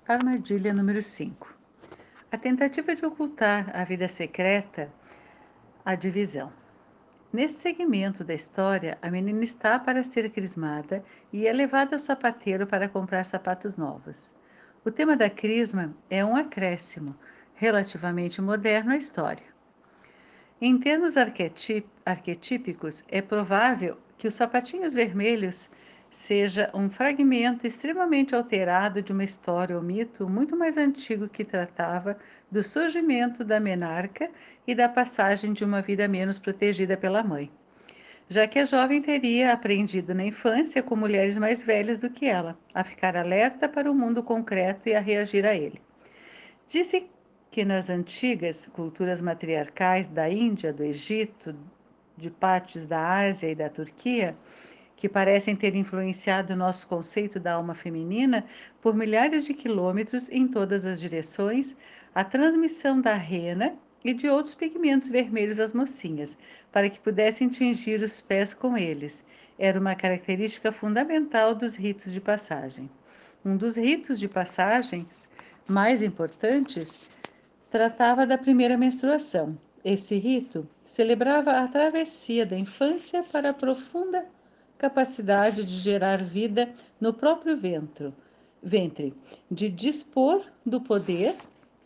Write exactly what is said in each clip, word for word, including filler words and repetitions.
Armadilha número cinco. A tentativa de ocultar a vida secreta, a divisão. Nesse segmento da história, a menina está para ser crismada e é levada ao sapateiro para comprar sapatos novos. O tema da crisma é um acréscimo, relativamente moderno à história. Em termos arquetip- arquetípicos, é provável que os sapatinhos vermelhos seja um fragmento extremamente alterado de uma história ou mito muito mais antigo que tratava do surgimento da menarca e da passagem de uma vida menos protegida pela mãe, já que a jovem teria aprendido na infância com mulheres mais velhas do que ela, a ficar alerta para o mundo concreto e a reagir a ele. Disse que nas antigas culturas matriarcais da Índia, do Egito, de partes da Ásia e da Turquia, que parecem ter influenciado o nosso conceito da alma feminina por milhares de quilômetros em todas as direções, a transmissão da rena e de outros pigmentos vermelhos às mocinhas, para que pudessem tingir os pés com eles, era uma característica fundamental dos ritos de passagem. Um dos ritos de passagem mais importantes tratava da primeira menstruação. Esse rito celebrava a travessia da infância para a profunda capacidade de gerar vida no próprio ventre, ventre, de dispor do poder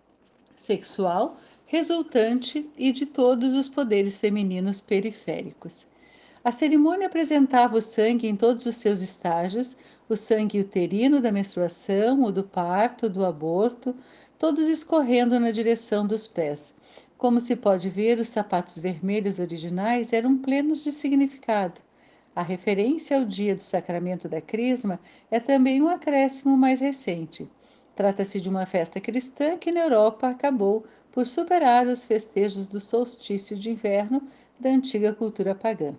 sexual resultante e de todos os poderes femininos periféricos. A cerimônia apresentava o sangue em todos os seus estágios, o sangue uterino da menstruação, o do parto, do aborto, todos escorrendo na direção dos pés. Como se pode ver, os sapatos vermelhos originais eram plenos de significado. A referência ao dia do sacramento da Crisma é também um acréscimo mais recente. Trata-se de uma festa cristã que na Europa acabou por superar os festejos do solstício de inverno da antiga cultura pagã.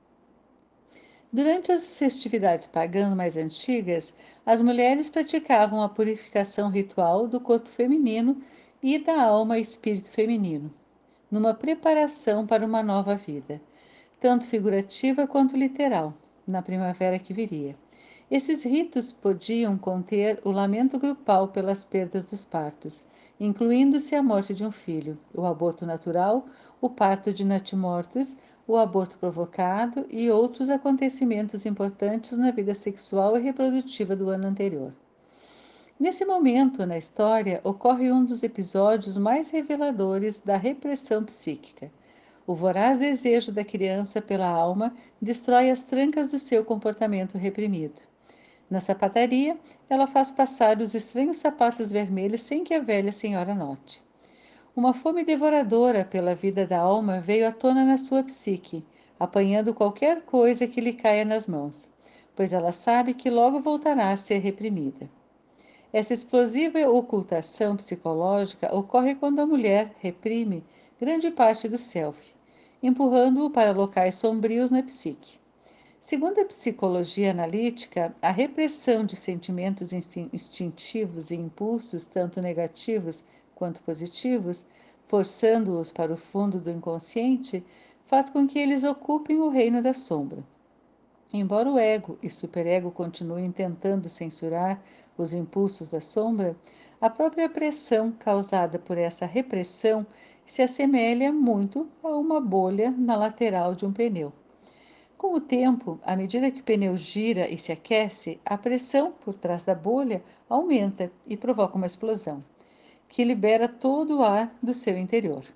Durante as festividades pagãs mais antigas, as mulheres praticavam a purificação ritual do corpo feminino e da alma e espírito feminino, numa preparação para uma nova vida, tanto figurativa quanto literal, na primavera que viria. Esses ritos podiam conter o lamento grupal pelas perdas dos partos, incluindo-se a morte de um filho, o aborto natural, o parto de natimortos, o aborto provocado e outros acontecimentos importantes na vida sexual e reprodutiva do ano anterior. Nesse momento na história ocorre um dos episódios mais reveladores da repressão psíquica. O voraz desejo da criança pela alma destrói as trancas do seu comportamento reprimido. Na sapataria, ela faz passar os estranhos sapatos vermelhos sem que a velha senhora note. Uma fome devoradora pela vida da alma veio à tona na sua psique, apanhando qualquer coisa que lhe caia nas mãos, pois ela sabe que logo voltará a ser reprimida. Essa explosiva ocultação psicológica ocorre quando a mulher reprime grande parte do self, empurrando-o para locais sombrios na psique. Segundo a psicologia analítica, a repressão de sentimentos instintivos e impulsos, tanto negativos quanto positivos, forçando-os para o fundo do inconsciente, faz com que eles ocupem o reino da sombra. Embora o ego e superego continuem tentando censurar os impulsos da sombra, a própria pressão causada por essa repressão se assemelha muito a uma bolha na lateral de um pneu. Com o tempo, à medida que o pneu gira e se aquece, a pressão por trás da bolha aumenta e provoca uma explosão, que libera todo o ar do seu interior.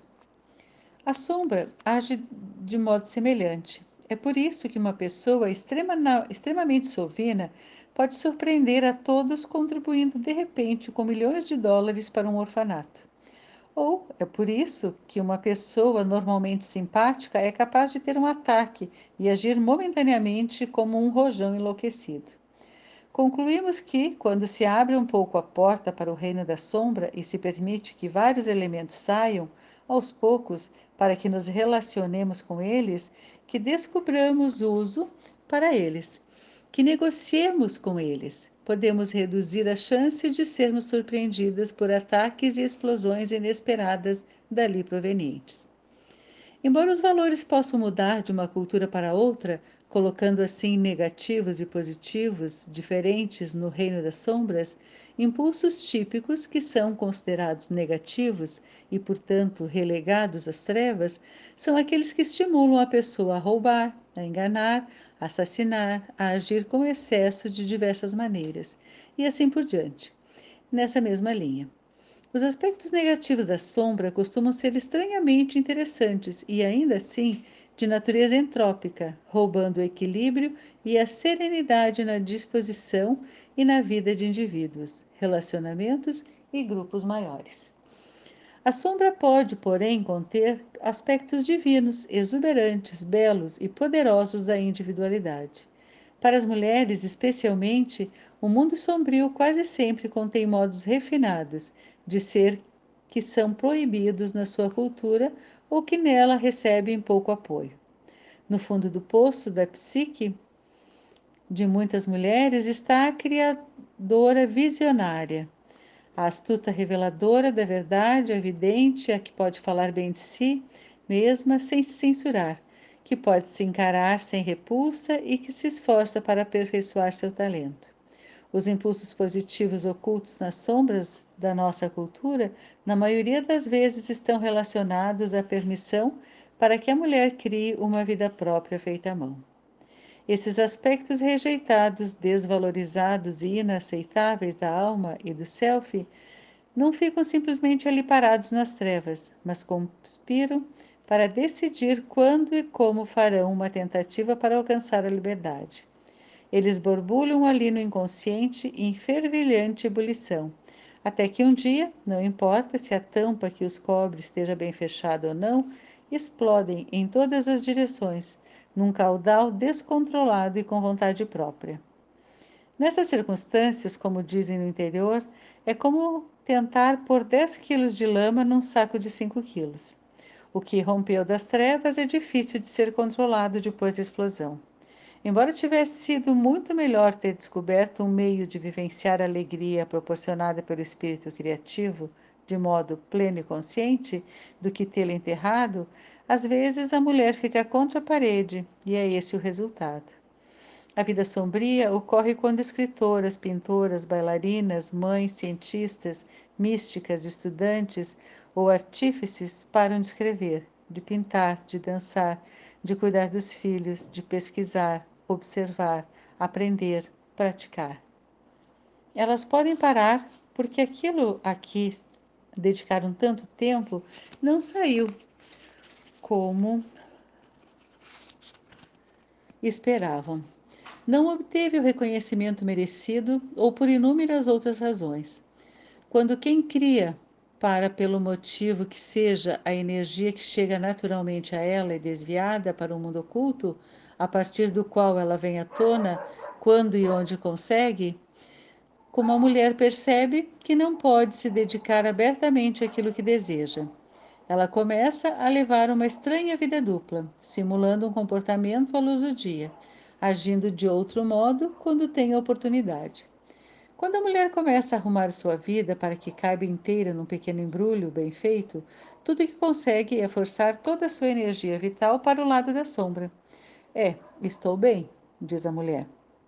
A sombra age de modo semelhante. É por isso que uma pessoa extrema, extremamente sovina pode surpreender a todos contribuindo de repente com milhões de dólares para um orfanato. Ou é por isso que uma pessoa normalmente simpática é capaz de ter um ataque e agir momentaneamente como um rojão enlouquecido. Concluímos que, quando se abre um pouco a porta para o reino da sombra e se permite que vários elementos saiam, aos poucos, para que nos relacionemos com eles, que descobramos uso para eles, que negociemos com eles, podemos reduzir a chance de sermos surpreendidas por ataques e explosões inesperadas dali provenientes. Embora os valores possam mudar de uma cultura para outra, colocando assim negativos e positivos diferentes no reino das sombras, Impulsos típicos que são considerados negativos e, portanto, relegados às trevas, são aqueles que estimulam a pessoa a roubar, a enganar, a assassinar, a agir com excesso de diversas maneiras, e assim por diante. Nessa mesma linha. Os aspectos negativos da sombra costumam ser estranhamente interessantes e, ainda assim, de natureza entrópica, roubando o equilíbrio e a serenidade na disposição e na vida de indivíduos, relacionamentos e grupos maiores. A sombra pode, porém, conter aspectos divinos, exuberantes, belos e poderosos da individualidade. Para as mulheres, especialmente, o mundo sombrio quase sempre contém modos refinados de ser que são proibidos na sua cultura ou que nela recebem pouco apoio. No fundo do poço da psique de muitas mulheres está a criadora visionária, a astuta reveladora da verdade, a vidente, a que pode falar bem de si mesma sem se censurar, que pode se encarar sem repulsa e que se esforça para aperfeiçoar seu talento. Os impulsos positivos ocultos nas sombras da nossa cultura, na maioria das vezes, estão relacionados à permissão para que a mulher crie uma vida própria feita à mão. Esses aspectos rejeitados, desvalorizados e inaceitáveis da alma e do self não ficam simplesmente ali parados nas trevas, mas conspiram para decidir quando e como farão uma tentativa para alcançar a liberdade. Eles borbulham ali no inconsciente em fervilhante ebulição, até que um dia, não importa se a tampa que os cobre esteja bem fechada ou não, explodem em todas as direções, num caudal descontrolado e com vontade própria. Nessas circunstâncias, como dizem no interior, é como tentar pôr dez quilos de lama num saco de cinco quilos. O que rompeu das trevas é difícil de ser controlado depois da explosão. Embora tivesse sido muito melhor ter descoberto um meio de vivenciar a alegria proporcionada pelo espírito criativo de modo pleno e consciente do que tê-la enterrado, às vezes a mulher fica contra a parede e é esse o resultado. A vida sombria ocorre quando escritoras, pintoras, bailarinas, mães, cientistas, místicas, estudantes ou artífices param de escrever, de pintar, de dançar, de cuidar dos filhos, de pesquisar, observar, aprender, praticar. Elas podem parar porque aquilo a que dedicaram tanto tempo não saiu como esperavam. Não obteve o reconhecimento merecido ou por inúmeras outras razões. Quando quem cria para, pelo motivo que seja, a energia que chega naturalmente a ela é desviada para o mundo oculto, a partir do qual ela vem à tona, quando e onde consegue, como a mulher percebe que não pode se dedicar abertamente àquilo que deseja. Ela começa a levar uma estranha vida dupla, simulando um comportamento à luz do dia, agindo de outro modo quando tem a oportunidade. Quando a mulher começa a arrumar sua vida para que caiba inteira num pequeno embrulho bem feito, tudo que consegue é forçar toda a sua energia vital para o lado da sombra. É, estou bem, diz a mulher.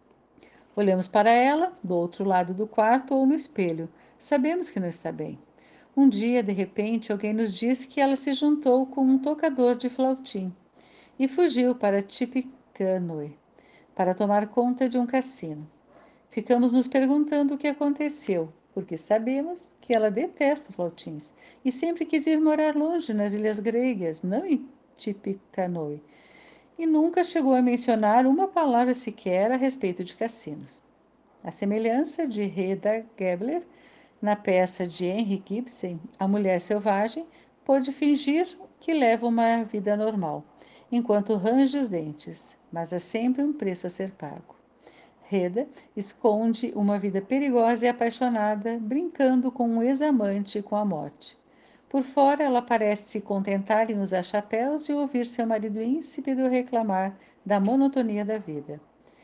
Olhamos para ela, do outro lado do quarto ou no espelho. Sabemos que não está bem. Um dia, de repente, alguém nos disse que ela se juntou com um tocador de flautim e fugiu para Tippecanoe para tomar conta de um cassino. Ficamos nos perguntando o que aconteceu, porque sabemos que ela detesta flautins e sempre quis ir morar longe nas ilhas gregas, não em Tippecanoe, e nunca chegou a mencionar uma palavra sequer a respeito de cassinos. A semelhança de Hedda Gabler na peça de Henrik Ibsen, A Mulher Selvagem, pôde fingir que leva uma vida normal, enquanto range os dentes, mas há sempre um preço a ser pago. Hedda esconde uma vida perigosa e apaixonada, brincando com um ex-amante e com a morte. Por fora, ela parece se contentar em usar chapéus e ouvir seu marido insípido reclamar da monotonia da vida.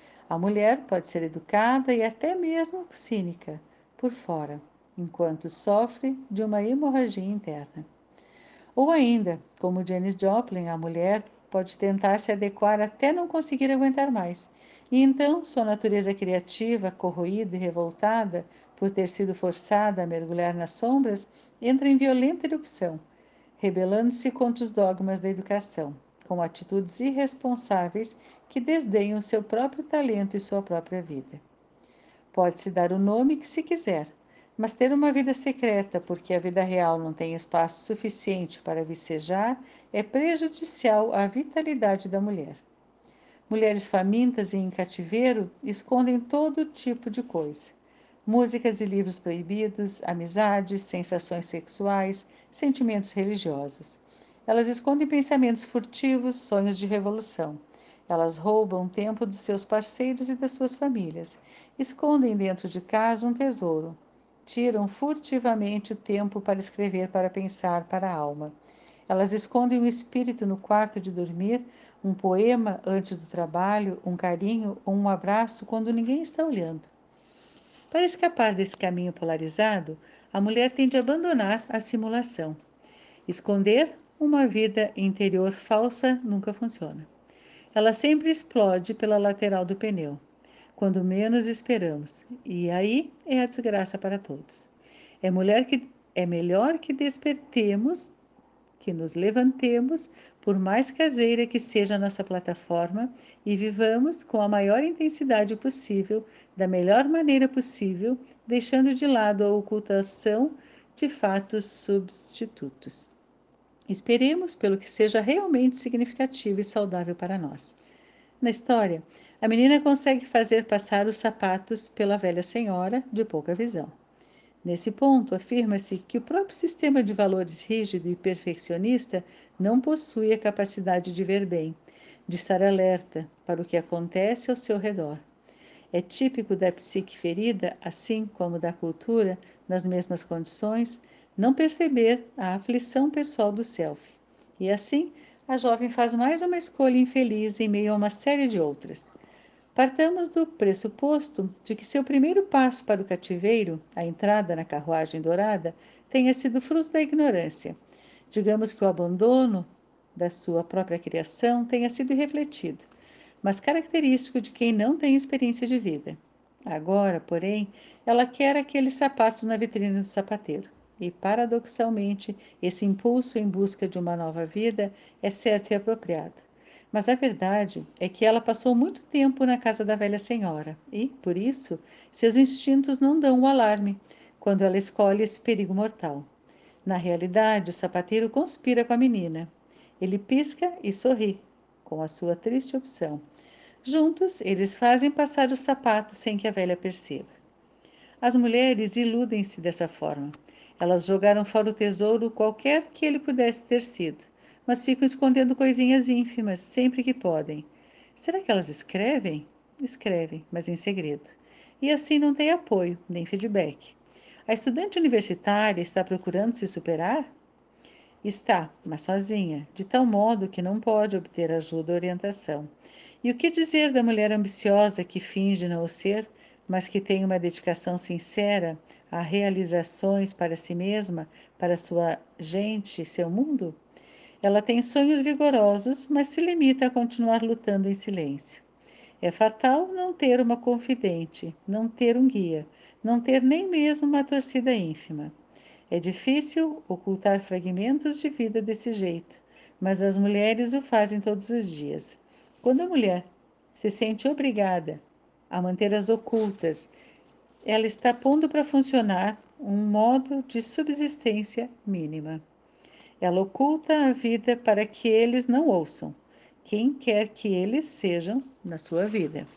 A mulher pode ser educada e até mesmo cínica por fora, enquanto sofre de uma hemorragia interna. Ou ainda, como Janis Joplin, a mulher pode tentar se adequar até não conseguir aguentar mais. E então sua natureza criativa, corroída e revoltada por ter sido forçada a mergulhar nas sombras, entra em violenta erupção, rebelando-se contra os dogmas da educação, com atitudes irresponsáveis que desdenham seu próprio talento e sua própria vida. Pode-se dar o nome que se quiser, mas ter uma vida secreta porque a vida real não tem espaço suficiente para vicejar é prejudicial à vitalidade da mulher. Mulheres famintas e em cativeiro escondem todo tipo de coisa: músicas e livros proibidos, amizades, sensações sexuais, sentimentos religiosos. Elas escondem pensamentos furtivos, sonhos de revolução. Elas roubam tempo dos seus parceiros e das suas famílias. Escondem dentro de casa um tesouro. Tiram furtivamente o tempo para escrever, para pensar, para a alma. Elas escondem o espírito no quarto de dormir, um poema antes do trabalho, um carinho ou um abraço quando ninguém está olhando. Para escapar desse caminho polarizado, a mulher tem de abandonar a simulação. Esconder uma vida interior falsa nunca funciona. Ela sempre explode pela lateral do pneu, quando menos esperamos, e aí é a desgraça para todos. É, mulher que, é melhor que despertemos, que nos levantemos, por mais caseira que seja a nossa plataforma, e vivamos com a maior intensidade possível, da melhor maneira possível, deixando de lado a ocultação de fatos substitutos. Esperemos pelo que seja realmente significativo e saudável para nós. Na história, a menina consegue fazer passar os sapatos pela velha senhora de pouca visão. Nesse ponto, afirma-se que o próprio sistema de valores rígido e perfeccionista não possui a capacidade de ver bem, de estar alerta para o que acontece ao seu redor. É típico da psique ferida, assim como da cultura, nas mesmas condições, não perceber a aflição pessoal do self. E assim, a jovem faz mais uma escolha infeliz em meio a uma série de outras. Partamos do pressuposto de que seu primeiro passo para o cativeiro, a entrada na carruagem dourada, tenha sido fruto da ignorância. Digamos que o abandono da sua própria criação tenha sido irrefletido, mas característico de quem não tem experiência de vida. Agora, porém, ela quer aqueles sapatos na vitrine do sapateiro. E, paradoxalmente, esse impulso em busca de uma nova vida é certo e apropriado. Mas a verdade é que ela passou muito tempo na casa da velha senhora e, por isso, seus instintos não dão o alarme quando ela escolhe esse perigo mortal. Na realidade, o sapateiro conspira com a menina. Ele pisca e sorri, com a sua triste opção. Juntos, eles fazem passar os sapatos sem que a velha perceba. As mulheres iludem-se dessa forma. Elas jogaram fora o tesouro qualquer que ele pudesse ter sido, mas ficam escondendo coisinhas ínfimas sempre que podem. Será que elas escrevem? Escrevem, mas em segredo. E assim não tem apoio, nem feedback. A estudante universitária está procurando se superar? Está, mas sozinha, de tal modo que não pode obter ajuda ou orientação. E o que dizer da mulher ambiciosa que finge não o ser, mas que tem uma dedicação sincera a realizações para si mesma, para sua gente e seu mundo? Ela tem sonhos vigorosos, mas se limita a continuar lutando em silêncio. É fatal não ter uma confidente, não ter um guia, não ter nem mesmo uma torcida ínfima. É difícil ocultar fragmentos de vida desse jeito, mas as mulheres o fazem todos os dias. Quando a mulher se sente obrigada a mantê-las ocultas, ela está pondo para funcionar um modo de subsistência mínima. Ela oculta a vida para que eles não ouçam, quem quer que eles sejam na sua vida.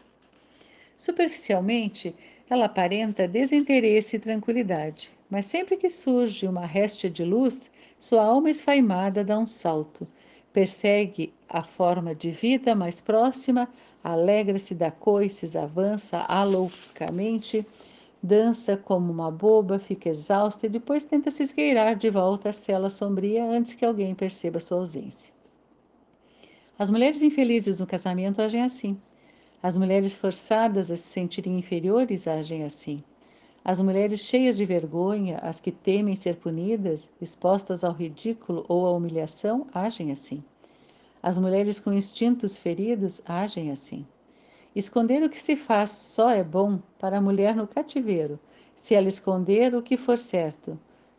Superficialmente, ela aparenta desinteresse e tranquilidade, mas sempre que surge uma réstia de luz, sua alma esfaimada dá um salto. Persegue a forma de vida mais próxima, alegra-se da coices, avança aloucamente, dança como uma boba, fica exausta e depois tenta se esgueirar de volta à cela sombria antes que alguém perceba sua ausência. As mulheres infelizes no casamento agem assim. As mulheres forçadas a se sentirem inferiores agem assim. As mulheres cheias de vergonha, as que temem ser punidas, expostas ao ridículo ou à humilhação, agem assim. As mulheres com instintos feridos agem assim. Esconder o que se faz só é bom para a mulher no cativeiro, se ela esconder o que for certo.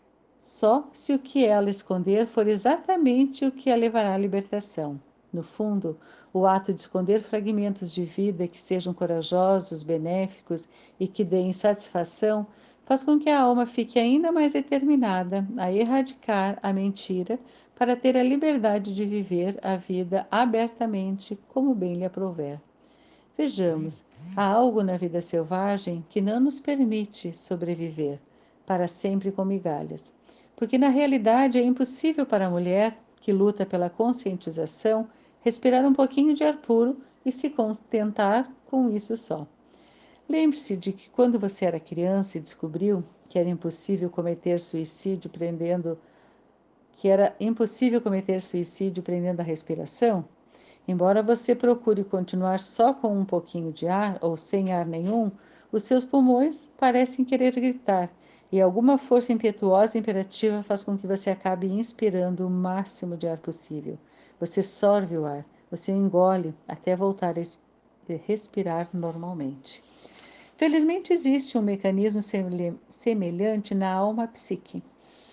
Só se o que ela esconder for exatamente o que a levará à libertação. No fundo, o ato de esconder fragmentos de vida que sejam corajosos, benéficos e que deem satisfação faz com que a alma fique ainda mais determinada a erradicar a mentira para ter a liberdade de viver a vida abertamente como bem lhe aprouver. Vejamos, há algo na vida selvagem que não nos permite sobreviver para sempre com migalhas, porque na realidade é impossível para a mulher que luta pela conscientização respirar um pouquinho de ar puro e se contentar com isso só. Lembre-se de que quando você era criança e descobriu que era impossível cometer suicídio prendendo que era impossível cometer suicídio prendendo a respiração, embora você procure continuar só com um pouquinho de ar ou sem ar nenhum, os seus pulmões parecem querer gritar e alguma força impetuosa e imperativa faz com que você acabe inspirando o máximo de ar possível. Você sorve o ar, você o engole até voltar a respirar normalmente. Felizmente existe um mecanismo semelhante na alma psíquica.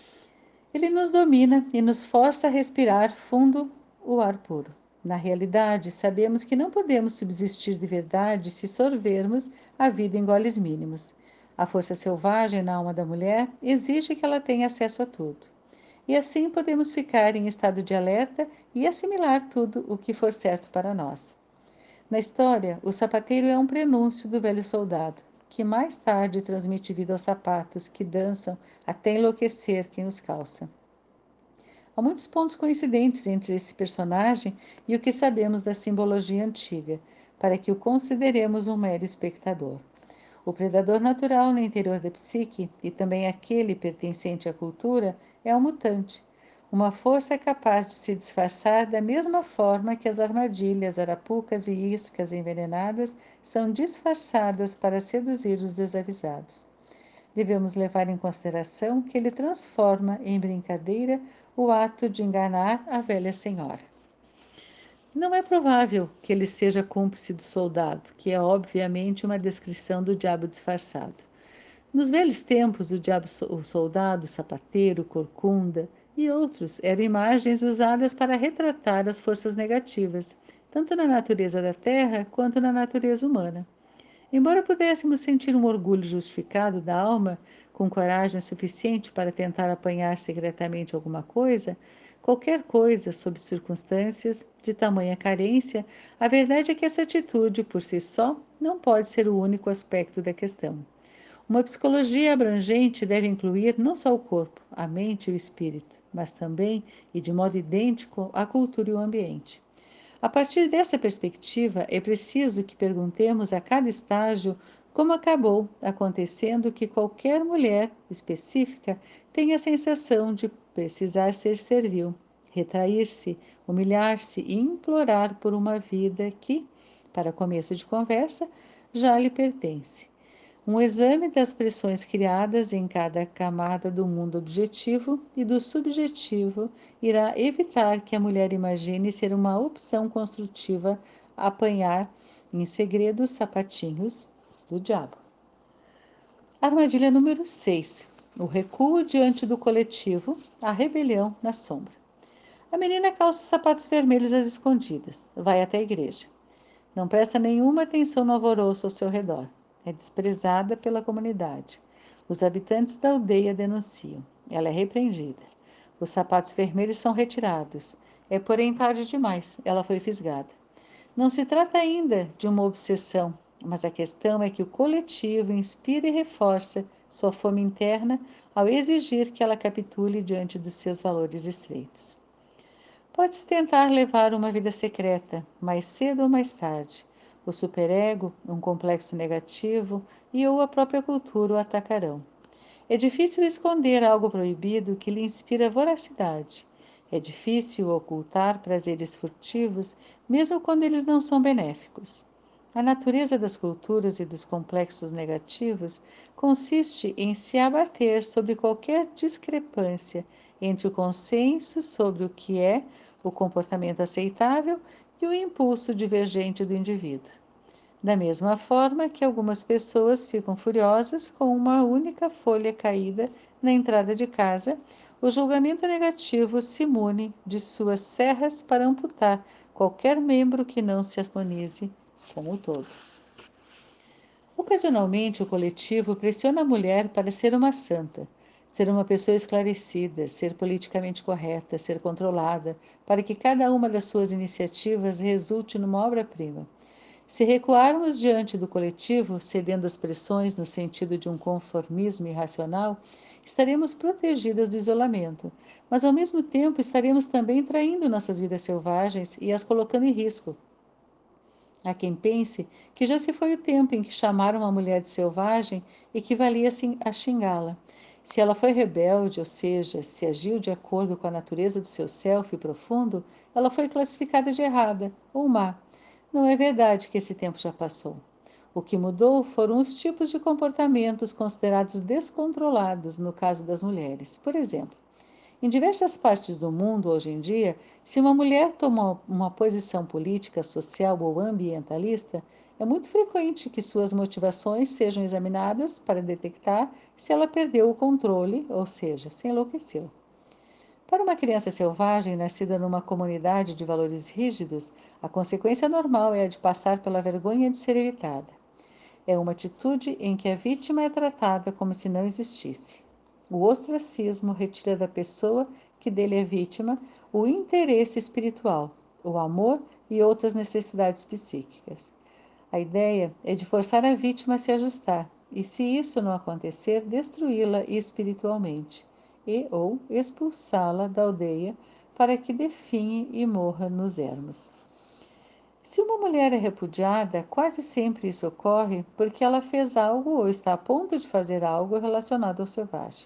Ele nos domina e nos força a respirar fundo o ar puro. Na realidade, sabemos que não podemos subsistir de verdade se sorvermos a vida em goles mínimos. A força selvagem na alma da mulher exige que ela tenha acesso a tudo. E assim podemos ficar em estado de alerta e assimilar tudo o que for certo para nós. Na história, o sapateiro é um prenúncio do velho soldado, que mais tarde transmite vida aos sapatos que dançam até enlouquecer quem os calça. Há muitos pontos coincidentes entre esse personagem e o que sabemos da simbologia antiga, para que o consideremos um mero espectador. O predador natural no interior da psique, e também aquele pertencente à cultura, é o mutante, uma força capaz de se disfarçar da mesma forma que as armadilhas, arapucas e iscas envenenadas são disfarçadas para seduzir os desavisados. Devemos levar em consideração que ele transforma em brincadeira o ato de enganar a velha senhora. Não é provável que ele seja cúmplice do soldado, que é obviamente uma descrição do diabo disfarçado. Nos velhos tempos, o diabo, o soldado, o sapateiro, o corcunda e outros eram imagens usadas para retratar as forças negativas, tanto na natureza da terra quanto na natureza humana. Embora pudéssemos sentir um orgulho justificado da alma, com coragem suficiente para tentar apanhar secretamente alguma coisa, qualquer coisa, sob circunstâncias de tamanha carência, a verdade é que essa atitude, por si só, não pode ser o único aspecto da questão. Uma psicologia abrangente deve incluir não só o corpo, a mente e o espírito, mas também, e de modo idêntico, a cultura e o ambiente. A partir dessa perspectiva, é preciso que perguntemos a cada estágio como acabou acontecendo que qualquer mulher específica tenha a sensação de precisar ser servil, retrair-se, humilhar-se e implorar por uma vida que, para começo de conversa, já lhe pertence. Um exame das pressões criadas em cada camada do mundo objetivo e do subjetivo irá evitar que a mulher imagine ser uma opção construtiva apanhar em segredo os sapatinhos do diabo. Armadilha número seis. O recuo diante do coletivo, a rebelião na sombra. A menina calça os sapatos vermelhos às escondidas, vai até a igreja. Não presta nenhuma atenção no alvoroço ao seu redor. É desprezada pela comunidade. Os habitantes da aldeia denunciam. Ela é repreendida. Os sapatos vermelhos são retirados. É porém tarde demais. Ela foi fisgada. Não se trata ainda de uma obsessão, mas a questão é que o coletivo inspira e reforça sua fome interna ao exigir que ela capitule diante dos seus valores estreitos. Pode-se tentar levar uma vida secreta, mais cedo ou mais tarde. O superego, um complexo negativo e ou a própria cultura o atacarão. É difícil esconder algo proibido que lhe inspira voracidade. É difícil ocultar prazeres furtivos, mesmo quando eles não são benéficos. A natureza das culturas e dos complexos negativos consiste em se abater sobre qualquer discrepância entre o consenso sobre o que é o comportamento aceitável e o impulso divergente do indivíduo. Da mesma forma que algumas pessoas ficam furiosas com uma única folha caída na entrada de casa, o julgamento negativo se mune de suas serras para amputar qualquer membro que não se harmonize com o todo. Ocasionalmente, o coletivo pressiona a mulher para ser uma santa, ser uma pessoa esclarecida, ser politicamente correta, ser controlada, para que cada uma das suas iniciativas resulte numa obra-prima. Se recuarmos diante do coletivo, cedendo às pressões no sentido de um conformismo irracional, estaremos protegidas do isolamento, mas ao mesmo tempo estaremos também traindo nossas vidas selvagens e as colocando em risco. Há quem pense que já se foi o tempo em que chamar uma mulher de selvagem equivalia a xingá-la. Se ela foi rebelde, ou seja, se agiu de acordo com a natureza do seu self profundo, ela foi classificada de errada ou má. Não é verdade que esse tempo já passou. O que mudou foram os tipos de comportamentos considerados descontrolados no caso das mulheres. Por exemplo, em diversas partes do mundo, hoje em dia, se uma mulher toma uma posição política, social ou ambientalista, é muito frequente que suas motivações sejam examinadas para detectar se ela perdeu o controle, ou seja, se enlouqueceu. Para uma criança selvagem nascida numa comunidade de valores rígidos, a consequência normal é a de passar pela vergonha de ser evitada. É uma atitude em que a vítima é tratada como se não existisse. O ostracismo retira da pessoa que dele é vítima o interesse espiritual, o amor e outras necessidades psíquicas. A ideia é de forçar a vítima a se ajustar e, se isso não acontecer, destruí-la espiritualmente e ou expulsá-la da aldeia para que definhe e morra nos ermos. Se uma mulher é repudiada, quase sempre isso ocorre porque ela fez algo ou está a ponto de fazer algo relacionado ao selvagem.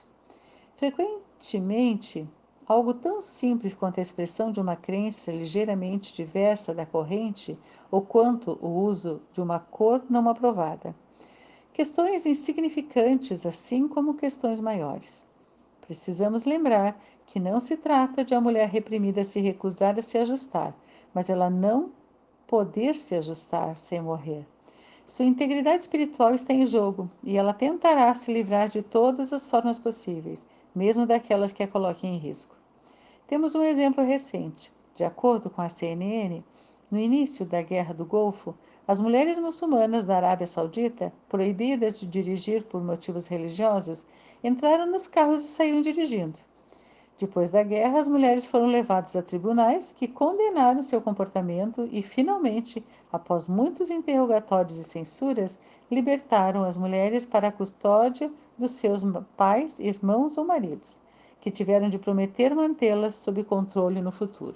Frequentemente, algo tão simples quanto a expressão de uma crença ligeiramente diversa da corrente ou quanto o uso de uma cor não aprovada. Questões insignificantes, assim como questões maiores. Precisamos lembrar que não se trata de a mulher reprimida se recusar a se ajustar, mas ela não poder se ajustar sem morrer. Sua integridade espiritual está em jogo e ela tentará se livrar de todas as formas possíveis, mesmo daquelas que a coloquem em risco. Temos um exemplo recente. De acordo com a C N N, no início da Guerra do Golfo, as mulheres muçulmanas da Arábia Saudita, proibidas de dirigir por motivos religiosos, entraram nos carros e saíram dirigindo. Depois da guerra, as mulheres foram levadas a tribunais que condenaram seu comportamento e, finalmente, após muitos interrogatórios e censuras, libertaram as mulheres para a custódia dos seus pais, irmãos ou maridos, que tiveram de prometer mantê-las sob controle no futuro.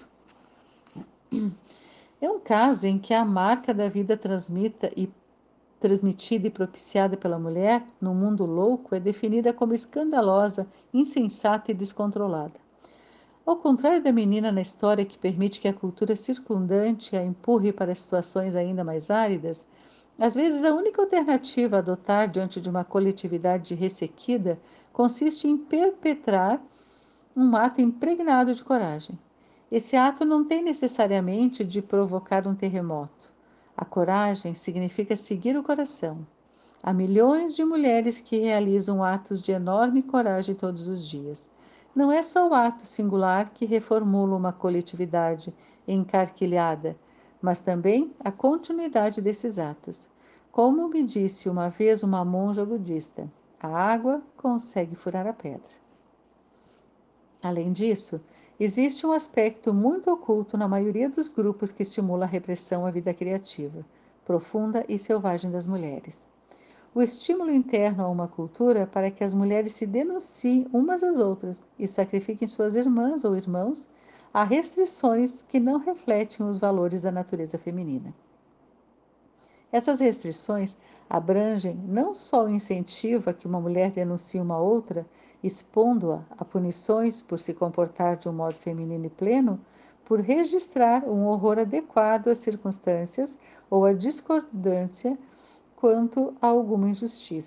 É um caso em que a marca da vida transmita e transmitida e propiciada pela mulher no mundo louco é definida como escandalosa, insensata e descontrolada. Ao contrário da menina na história que permite que a cultura circundante a empurre para situações ainda mais áridas, às vezes a única alternativa a adotar diante de uma coletividade ressequida consiste em perpetrar um ato impregnado de coragem. Esse ato não tem necessariamente de provocar um terremoto. A coragem significa seguir o coração. Há milhões de mulheres que realizam atos de enorme coragem todos os dias. Não é só o ato singular que reformula uma coletividade encarquilhada, mas também a continuidade desses atos. Como me disse uma vez uma monja budista, a água consegue furar a pedra. Além disso, existe um aspecto muito oculto na maioria dos grupos que estimula a repressão à vida criativa, profunda e selvagem das mulheres. O estímulo interno a uma cultura para que as mulheres se denunciem umas às outras e sacrifiquem suas irmãs ou irmãos a restrições que não refletem os valores da natureza feminina. Essas restrições abrangem não só o incentivo a que uma mulher denuncie uma outra, expondo-a a punições por se comportar de um modo feminino e pleno, por registrar um horror adequado às circunstâncias ou à discordância quanto a alguma injustiça.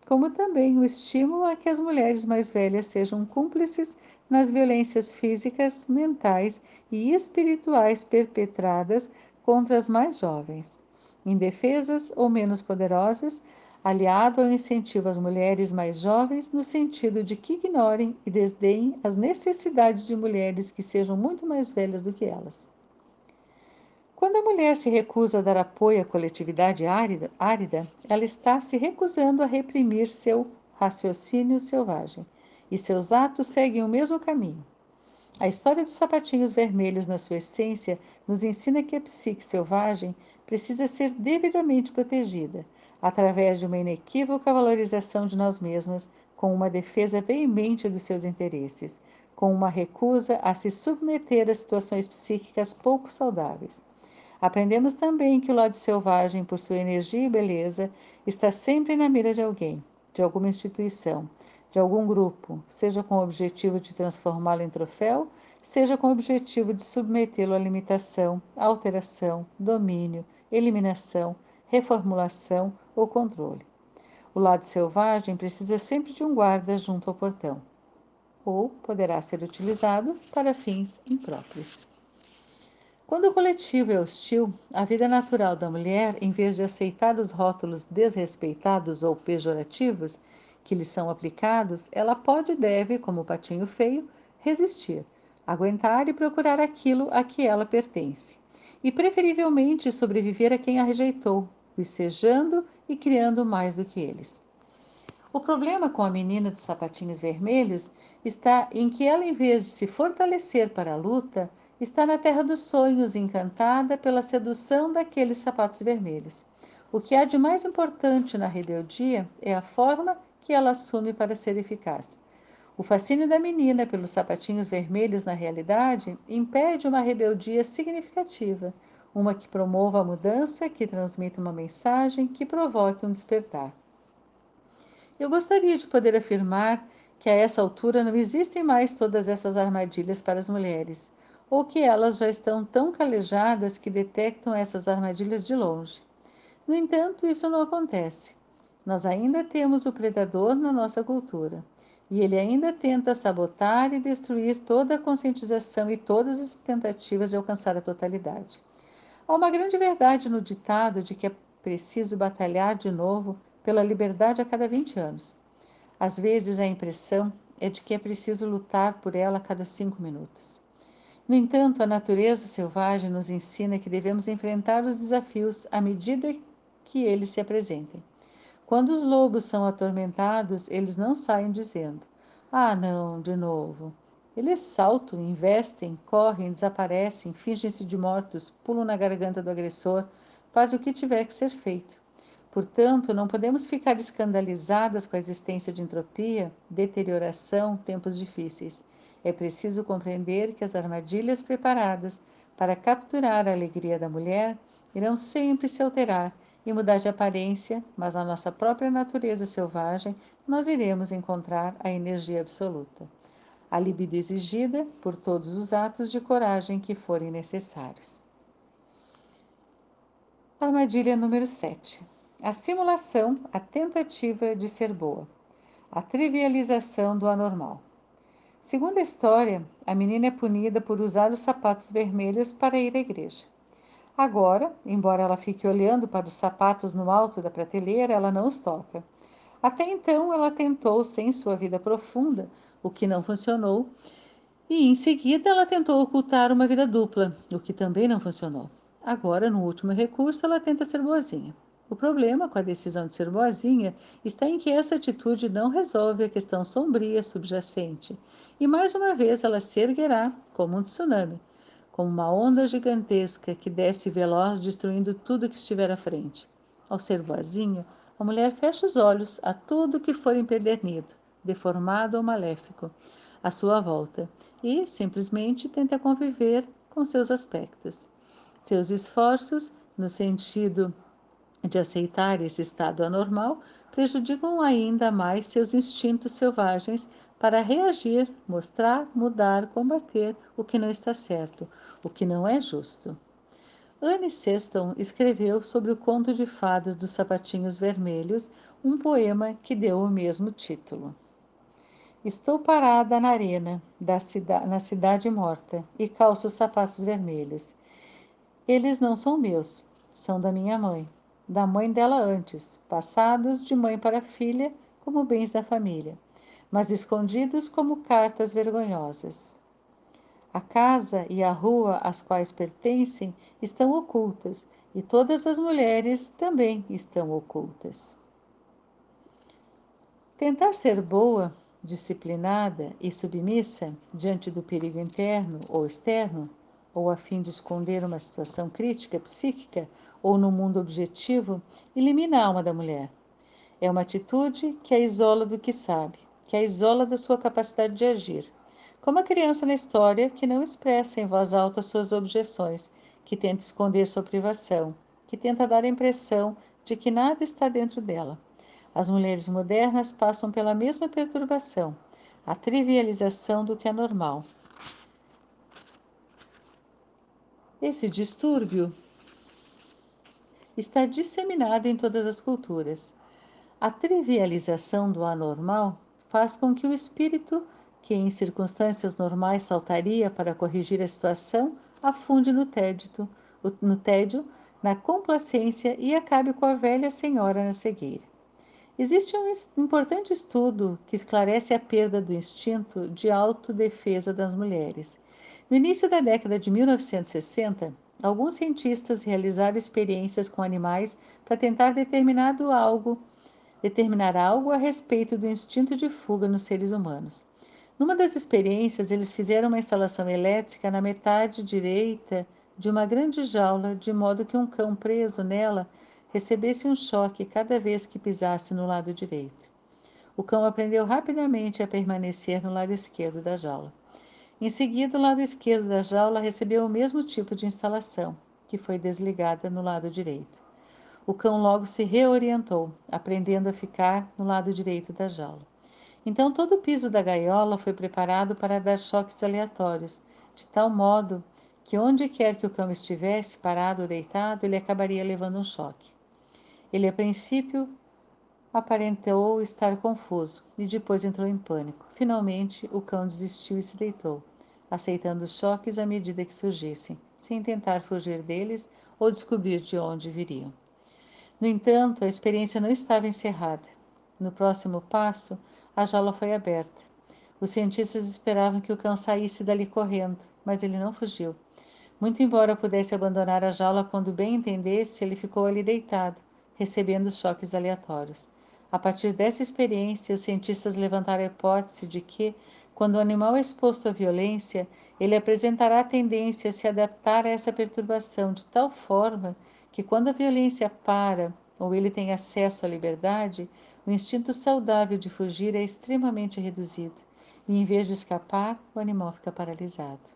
como também o estímulo a que as mulheres mais velhas sejam cúmplices nas violências físicas, mentais e espirituais perpetradas contra as mais jovens, indefesas ou menos poderosas, aliado ao incentivo às mulheres mais jovens no sentido de que ignorem e desdenhem as necessidades de mulheres que sejam muito mais velhas do que elas. Quando a mulher se recusa a dar apoio à coletividade árida, árida, ela está se recusando a reprimir seu raciocínio selvagem, e seus atos seguem o mesmo caminho. A história dos sapatinhos vermelhos, na sua essência, nos ensina que a psique selvagem precisa ser devidamente protegida, através de uma inequívoca valorização de nós mesmas, com uma defesa veemente dos seus interesses, com uma recusa a se submeter a situações psíquicas pouco saudáveis. Aprendemos também que o lado selvagem, por sua energia e beleza, está sempre na mira de alguém, de alguma instituição, de algum grupo, seja com o objetivo de transformá-lo em troféu, seja com o objetivo de submetê-lo à limitação, alteração, domínio, eliminação, reformulação ou controle. O lado selvagem precisa sempre de um guarda junto ao portão, ou poderá ser utilizado para fins impróprios. Quando o coletivo é hostil, a vida natural da mulher, em vez de aceitar os rótulos desrespeitados ou pejorativos que lhe são aplicados, ela pode e deve, como o patinho feio, resistir, aguentar e procurar aquilo a que ela pertence, e preferivelmente sobreviver a quem a rejeitou, vicejando e criando mais do que eles. O problema com a menina dos sapatinhos vermelhos está em que ela, em vez de se fortalecer para a luta, está na terra dos sonhos, encantada pela sedução daqueles sapatos vermelhos. O que há de mais importante na rebeldia é a forma que ela assume para ser eficaz. O fascínio da menina pelos sapatinhos vermelhos, na realidade, impede uma rebeldia significativa, uma que promova a mudança, que transmita uma mensagem, que provoque um despertar. Eu gostaria de poder afirmar que a essa altura não existem mais todas essas armadilhas para as mulheres, ou que elas já estão tão calejadas que detectam essas armadilhas de longe. No entanto, isso não acontece. Nós ainda temos o predador na nossa cultura, e ele ainda tenta sabotar e destruir toda a conscientização e todas as tentativas de alcançar a totalidade. Há uma grande verdade no ditado de que é preciso batalhar de novo pela liberdade a cada vinte anos. Às vezes a impressão é de que é preciso lutar por ela a cada cinco minutos. No entanto, a natureza selvagem nos ensina que devemos enfrentar os desafios à medida que eles se apresentem. Quando os lobos são atormentados, eles não saem dizendo: "Ah, não, de novo." Eles saltam, investem, correm, desaparecem, fingem-se de mortos, pulam na garganta do agressor, fazem o que tiver que ser feito. Portanto, não podemos ficar escandalizadas com a existência de entropia, deterioração, tempos difíceis. É preciso compreender que as armadilhas preparadas para capturar a alegria da mulher irão sempre se alterar e mudar de aparência, mas na nossa própria natureza selvagem nós iremos encontrar a energia absoluta, a libido exigida por todos os atos de coragem que forem necessários. Armadilha número sete. A simulação, a tentativa de ser boa. A trivialização do anormal. Segundo a história, a menina é punida por usar os sapatos vermelhos para ir à igreja. Agora, embora ela fique olhando para os sapatos no alto da prateleira, ela não os toca. Até então, ela tentou, sem sua vida profunda, o que não funcionou, e em seguida ela tentou ocultar uma vida dupla, o que também não funcionou. Agora, no último recurso, ela tenta ser boazinha. O problema com a decisão de ser boazinha está em que essa atitude não resolve a questão sombria subjacente, e mais uma vez ela se erguerá como um tsunami, como uma onda gigantesca que desce veloz, destruindo tudo que estiver à frente. Ao ser boazinha, a mulher fecha os olhos a tudo que for empedernido, deformado ou maléfico à sua volta e simplesmente tenta conviver com seus aspectos. Seus esforços, no sentido de aceitar esse estado anormal, prejudicam ainda mais seus instintos selvagens para reagir, mostrar, mudar, combater o que não está certo, o que não é justo. Anne Sexton escreveu sobre o conto de fadas dos sapatinhos vermelhos, um poema que deu o mesmo título. Estou parada na arena da cida- na cidade morta e calço sapatos vermelhos. Eles não são meus, são da minha mãe, da mãe dela antes, passados de mãe para filha como bens da família, mas escondidos como cartas vergonhosas. A casa e a rua às quais pertencem estão ocultas, e todas as mulheres também estão ocultas. Tentar ser boa, disciplinada e submissa diante do perigo interno ou externo, ou a fim de esconder uma situação crítica psíquica ou no mundo objetivo, elimina a alma da mulher. É uma atitude que a isola do que sabe, que a isola da sua capacidade de agir. Como a criança na história que não expressa em voz alta suas objeções, que tenta esconder sua privação, que tenta dar a impressão de que nada está dentro dela. As mulheres modernas passam pela mesma perturbação, a trivialização do que é normal. Esse distúrbio está disseminado em todas as culturas. A trivialização do anormal faz com que o espírito, que em circunstâncias normais saltaria para corrigir a situação, afunde no tédio, no tédio, na complacência e acabe com a velha senhora na cegueira. Existe um importante estudo que esclarece a perda do instinto de autodefesa das mulheres. No início da década de mil novecentos e sessenta, alguns cientistas realizaram experiências com animais para tentar determinado algo determinar algo a respeito do instinto de fuga nos seres humanos. Numa das experiências, eles fizeram uma instalação elétrica na metade direita de uma grande jaula, de modo que um cão preso nela recebesse um choque cada vez que pisasse no lado direito. O cão aprendeu rapidamente a permanecer no lado esquerdo da jaula. Em seguida, o lado esquerdo da jaula recebeu o mesmo tipo de instalação, que foi desligada no lado direito. O cão logo se reorientou, aprendendo a ficar no lado direito da jaula. Então todo o piso da gaiola foi preparado para dar choques aleatórios, de tal modo que onde quer que o cão estivesse, parado ou deitado, ele acabaria levando um choque. Ele, a princípio, aparentou estar confuso e depois entrou em pânico. Finalmente, o cão desistiu e se deitou, aceitando os choques à medida que surgissem, sem tentar fugir deles ou descobrir de onde viriam. No entanto, a experiência não estava encerrada. No próximo passo, a jaula foi aberta. Os cientistas esperavam que o cão saísse dali correndo, mas ele não fugiu. Muito embora pudesse abandonar a jaula quando bem entendesse, ele ficou ali deitado, recebendo choques aleatórios. A partir dessa experiência, os cientistas levantaram a hipótese de que, quando o animal é exposto à violência, ele apresentará a tendência a se adaptar a essa perturbação de tal forma que, quando a violência para ou ele tem acesso à liberdade, o instinto saudável de fugir é extremamente reduzido e, em vez de escapar, o animal fica paralisado.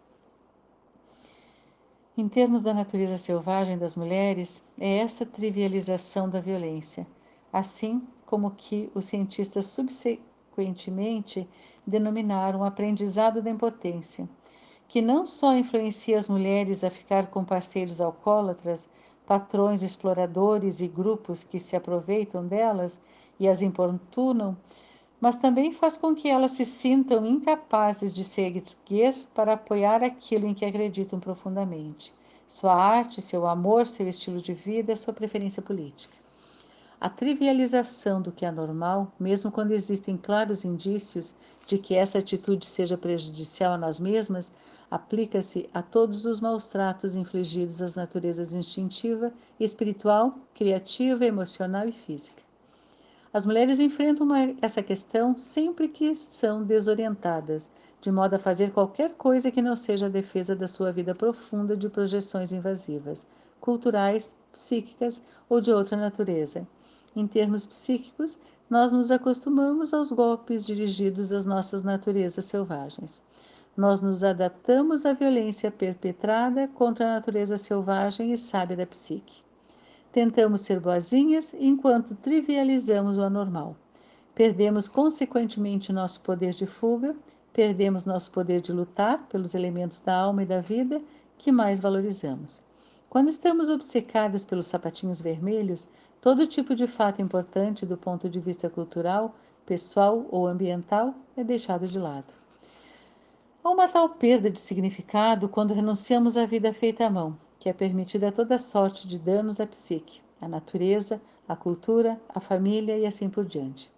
Em termos da natureza selvagem das mulheres, é essa trivialização da violência, assim como que os cientistas subsequentemente denominaram o aprendizado da impotência, que não só influencia as mulheres a ficar com parceiros alcoólatras, patrões exploradores e grupos que se aproveitam delas e as importunam, mas também faz com que elas se sintam incapazes de se erguer para apoiar aquilo em que acreditam profundamente: sua arte, seu amor, seu estilo de vida, sua preferência política. A trivialização do que é normal, mesmo quando existem claros indícios de que essa atitude seja prejudicial nas mesmas, aplica-se a todos os maus-tratos infligidos às naturezas instintiva, espiritual, criativa, emocional e física. As mulheres enfrentam uma, essa questão sempre que são desorientadas, de modo a fazer qualquer coisa que não seja a defesa da sua vida profunda de projeções invasivas, culturais, psíquicas ou de outra natureza. Em termos psíquicos, nós nos acostumamos aos golpes dirigidos às nossas naturezas selvagens. Nós nos adaptamos à violência perpetrada contra a natureza selvagem e sábia da psique. Tentamos ser boazinhas enquanto trivializamos o anormal. Perdemos consequentemente nosso poder de fuga, perdemos nosso poder de lutar pelos elementos da alma e da vida que mais valorizamos. Quando estamos obcecadas pelos sapatinhos vermelhos, todo tipo de fato importante do ponto de vista cultural, pessoal ou ambiental é deixado de lado. Há uma tal perda de significado quando renunciamos à vida feita à mão, que é permitida a toda sorte de danos à psique, à natureza, à cultura, à família e assim por diante.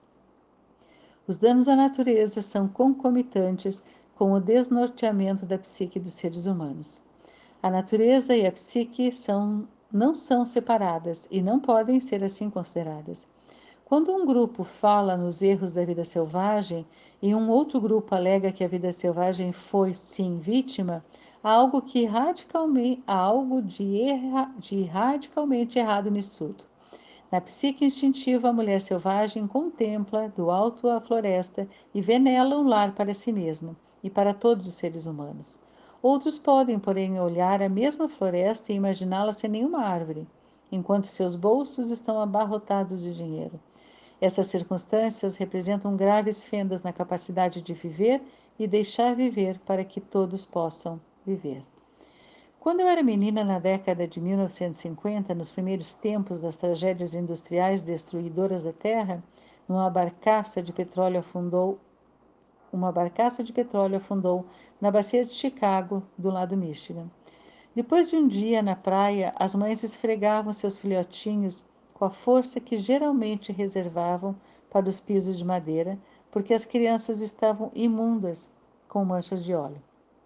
Os danos à natureza são concomitantes com o desnorteamento da psique dos seres humanos. A natureza e a psique são, não são separadas e não podem ser assim consideradas. Quando um grupo fala nos erros da vida selvagem e um outro grupo alega que a vida selvagem foi, sim, vítima, há algo, que radicalmente, há algo de, erra, de radicalmente errado nisso tudo. Na psique instintiva, a mulher selvagem contempla do alto a floresta e vê nela um lar para si mesma e para todos os seres humanos. Outros podem, porém, olhar a mesma floresta e imaginá-la sem nenhuma árvore, enquanto seus bolsos estão abarrotados de dinheiro. Essas circunstâncias representam graves fendas na capacidade de viver e deixar viver para que todos possam viver. Quando eu era menina, na década de mil novecentos e cinquenta, nos primeiros tempos das tragédias industriais destruidoras da Terra, uma barcaça de petróleo afundou, uma barcaça de petróleo afundou na bacia de Chicago, do lado Michigan. Depois de um dia na praia, as mães esfregavam seus filhotinhos com a força que geralmente reservavam para os pisos de madeira, porque as crianças estavam imundas com manchas de óleo.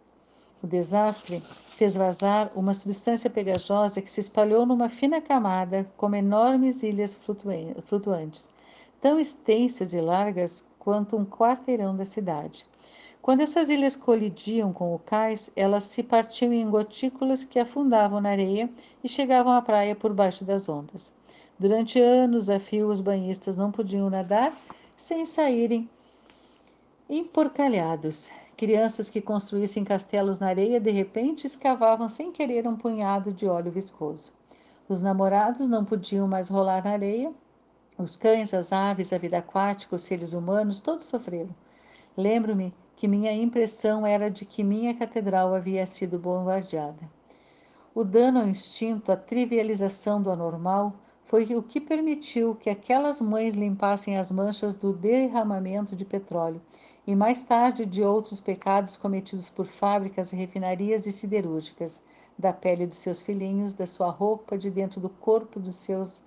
O desastre fez vazar uma substância pegajosa que se espalhou numa fina camada, como enormes ilhas flutuantes, tão extensas e largas quanto um quarteirão da cidade. Quando essas ilhas colidiam com o cais, elas se partiam em gotículas que afundavam na areia e chegavam à praia por baixo das ondas. Durante anos a fio, os banhistas não podiam nadar sem saírem emporcalhados. Crianças que construíssem castelos na areia de repente escavavam sem querer um punhado de óleo viscoso. Os namorados não podiam mais rolar na areia. Os cães, as aves, a vida aquática, os seres humanos, todos sofreram. Lembro-me que minha impressão era de que minha catedral havia sido bombardeada. O dano ao instinto, a trivialização do anormal, foi o que permitiu que aquelas mães limpassem as manchas do derramamento de petróleo e mais tarde de outros pecados cometidos por fábricas, refinarias e siderúrgicas, da pele dos seus filhinhos, da sua roupa, de dentro do corpo dos seus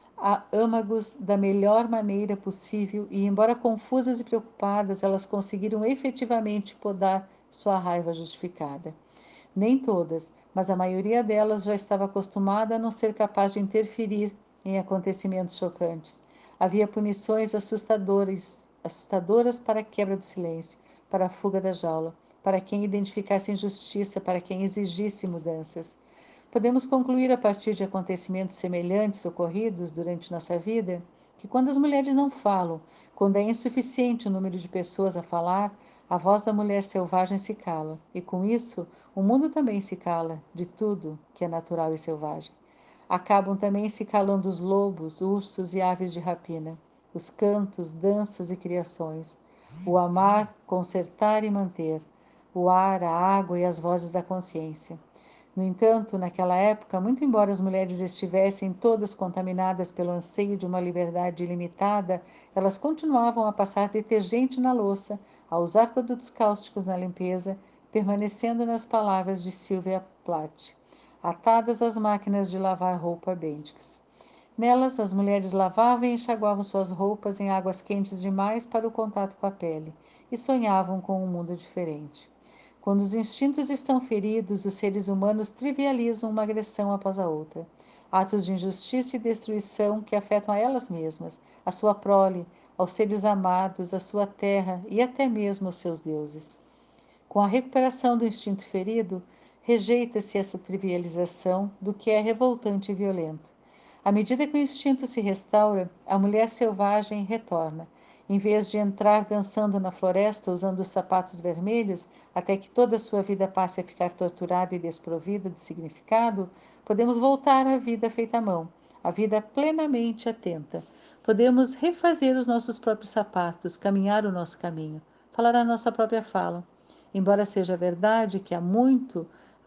âmagos da melhor maneira possível e, embora confusas e preocupadas, elas conseguiram efetivamente podar sua raiva justificada. Nem todas, mas a maioria delas já estava acostumada a não ser capaz de interferir em acontecimentos chocantes. Havia punições assustadoras, assustadoras para a quebra do silêncio, para a fuga da jaula, para quem identificasse injustiça, para quem exigisse mudanças. Podemos concluir a partir de acontecimentos semelhantes ocorridos durante nossa vida que quando as mulheres não falam, quando é insuficiente o número de pessoas a falar, a voz da mulher selvagem se cala, e com isso o mundo também se cala de tudo que é natural e selvagem. Acabam também se calando os lobos, ursos e aves de rapina, os cantos, danças e criações, o amar, consertar e manter, o ar, a água e as vozes da consciência. No entanto, naquela época, muito embora as mulheres estivessem todas contaminadas pelo anseio de uma liberdade ilimitada, elas continuavam a passar detergente na louça, a usar produtos cáusticos na limpeza, permanecendo nas palavras de Sylvia Plath, atadas às máquinas de lavar roupa Bendix. Nelas, as mulheres lavavam e enxaguavam suas roupas em águas quentes demais para o contato com a pele, e sonhavam com um mundo diferente. Quando os instintos estão feridos, os seres humanos trivializam uma agressão após a outra. Atos de injustiça e destruição que afetam a elas mesmas, a sua prole, aos seres amados, a sua terra e até mesmo aos seus deuses. Com a recuperação do instinto ferido, rejeita-se essa trivialização do que é revoltante e violento. À medida que o instinto se restaura, a mulher selvagem retorna. Em vez de entrar dançando na floresta usando os sapatos vermelhos, até que toda a sua vida passe a ficar torturada e desprovida de significado, podemos voltar à vida feita à mão, à vida plenamente atenta. Podemos refazer os nossos próprios sapatos, caminhar o nosso caminho, falar a nossa própria fala. Embora seja verdade que há muito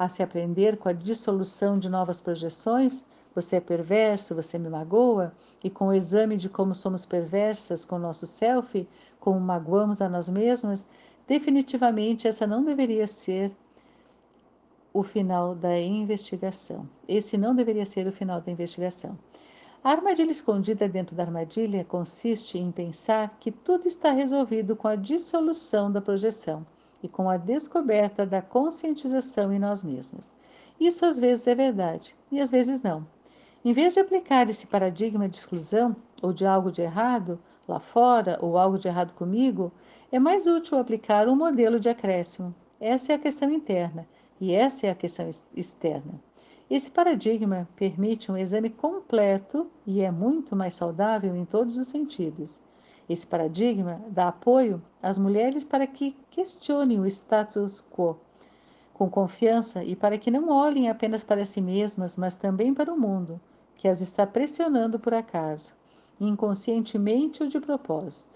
a se aprender com a dissolução de novas projeções, você é perverso, você me magoa, e com o exame de como somos perversas com o nosso self, como magoamos a nós mesmas, definitivamente essa não deveria ser o final da investigação. Esse não deveria ser o final da investigação. A armadilha escondida dentro da armadilha consiste em pensar que tudo está resolvido com a dissolução da projeção e com a descoberta da conscientização em nós mesmas. Isso às vezes é verdade e às vezes não. Em vez de aplicar esse paradigma de exclusão ou de algo de errado lá fora ou algo de errado comigo, é mais útil aplicar um modelo de acréscimo. Essa é a questão interna e essa é a questão externa. Esse paradigma permite um exame completo e é muito mais saudável em todos os sentidos. Esse paradigma dá apoio às mulheres para que questionem o status quo com confiança e para que não olhem apenas para si mesmas, mas também para o mundo, que as está pressionando por acaso, inconscientemente ou de propósito.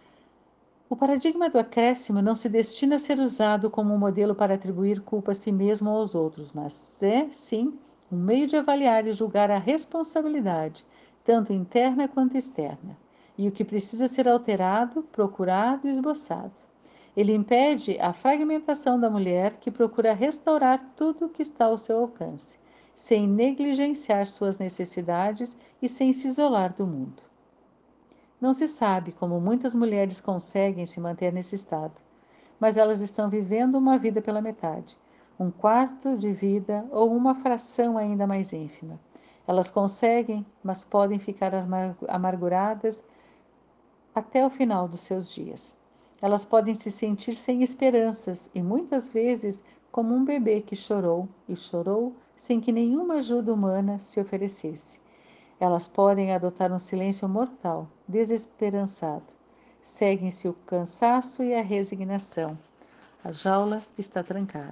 O paradigma do acréscimo não se destina a ser usado como um modelo para atribuir culpa a si mesmo ou aos outros, mas é, sim, um meio de avaliar e julgar a responsabilidade, tanto interna quanto externa, e o que precisa ser alterado, procurado e esboçado. Ele impede a fragmentação da mulher que procura restaurar tudo o que está ao seu alcance, sem negligenciar suas necessidades e sem se isolar do mundo. Não se sabe como muitas mulheres conseguem se manter nesse estado, mas elas estão vivendo uma vida pela metade, um quarto de vida ou uma fração ainda mais ínfima. Elas conseguem, mas podem ficar amarguradas até o final dos seus dias. Elas podem se sentir sem esperanças e muitas vezes como um bebê que chorou e chorou sem que nenhuma ajuda humana se oferecesse. Elas podem adotar um silêncio mortal, desesperançado. Seguem-se o cansaço e a resignação. A jaula está trancada.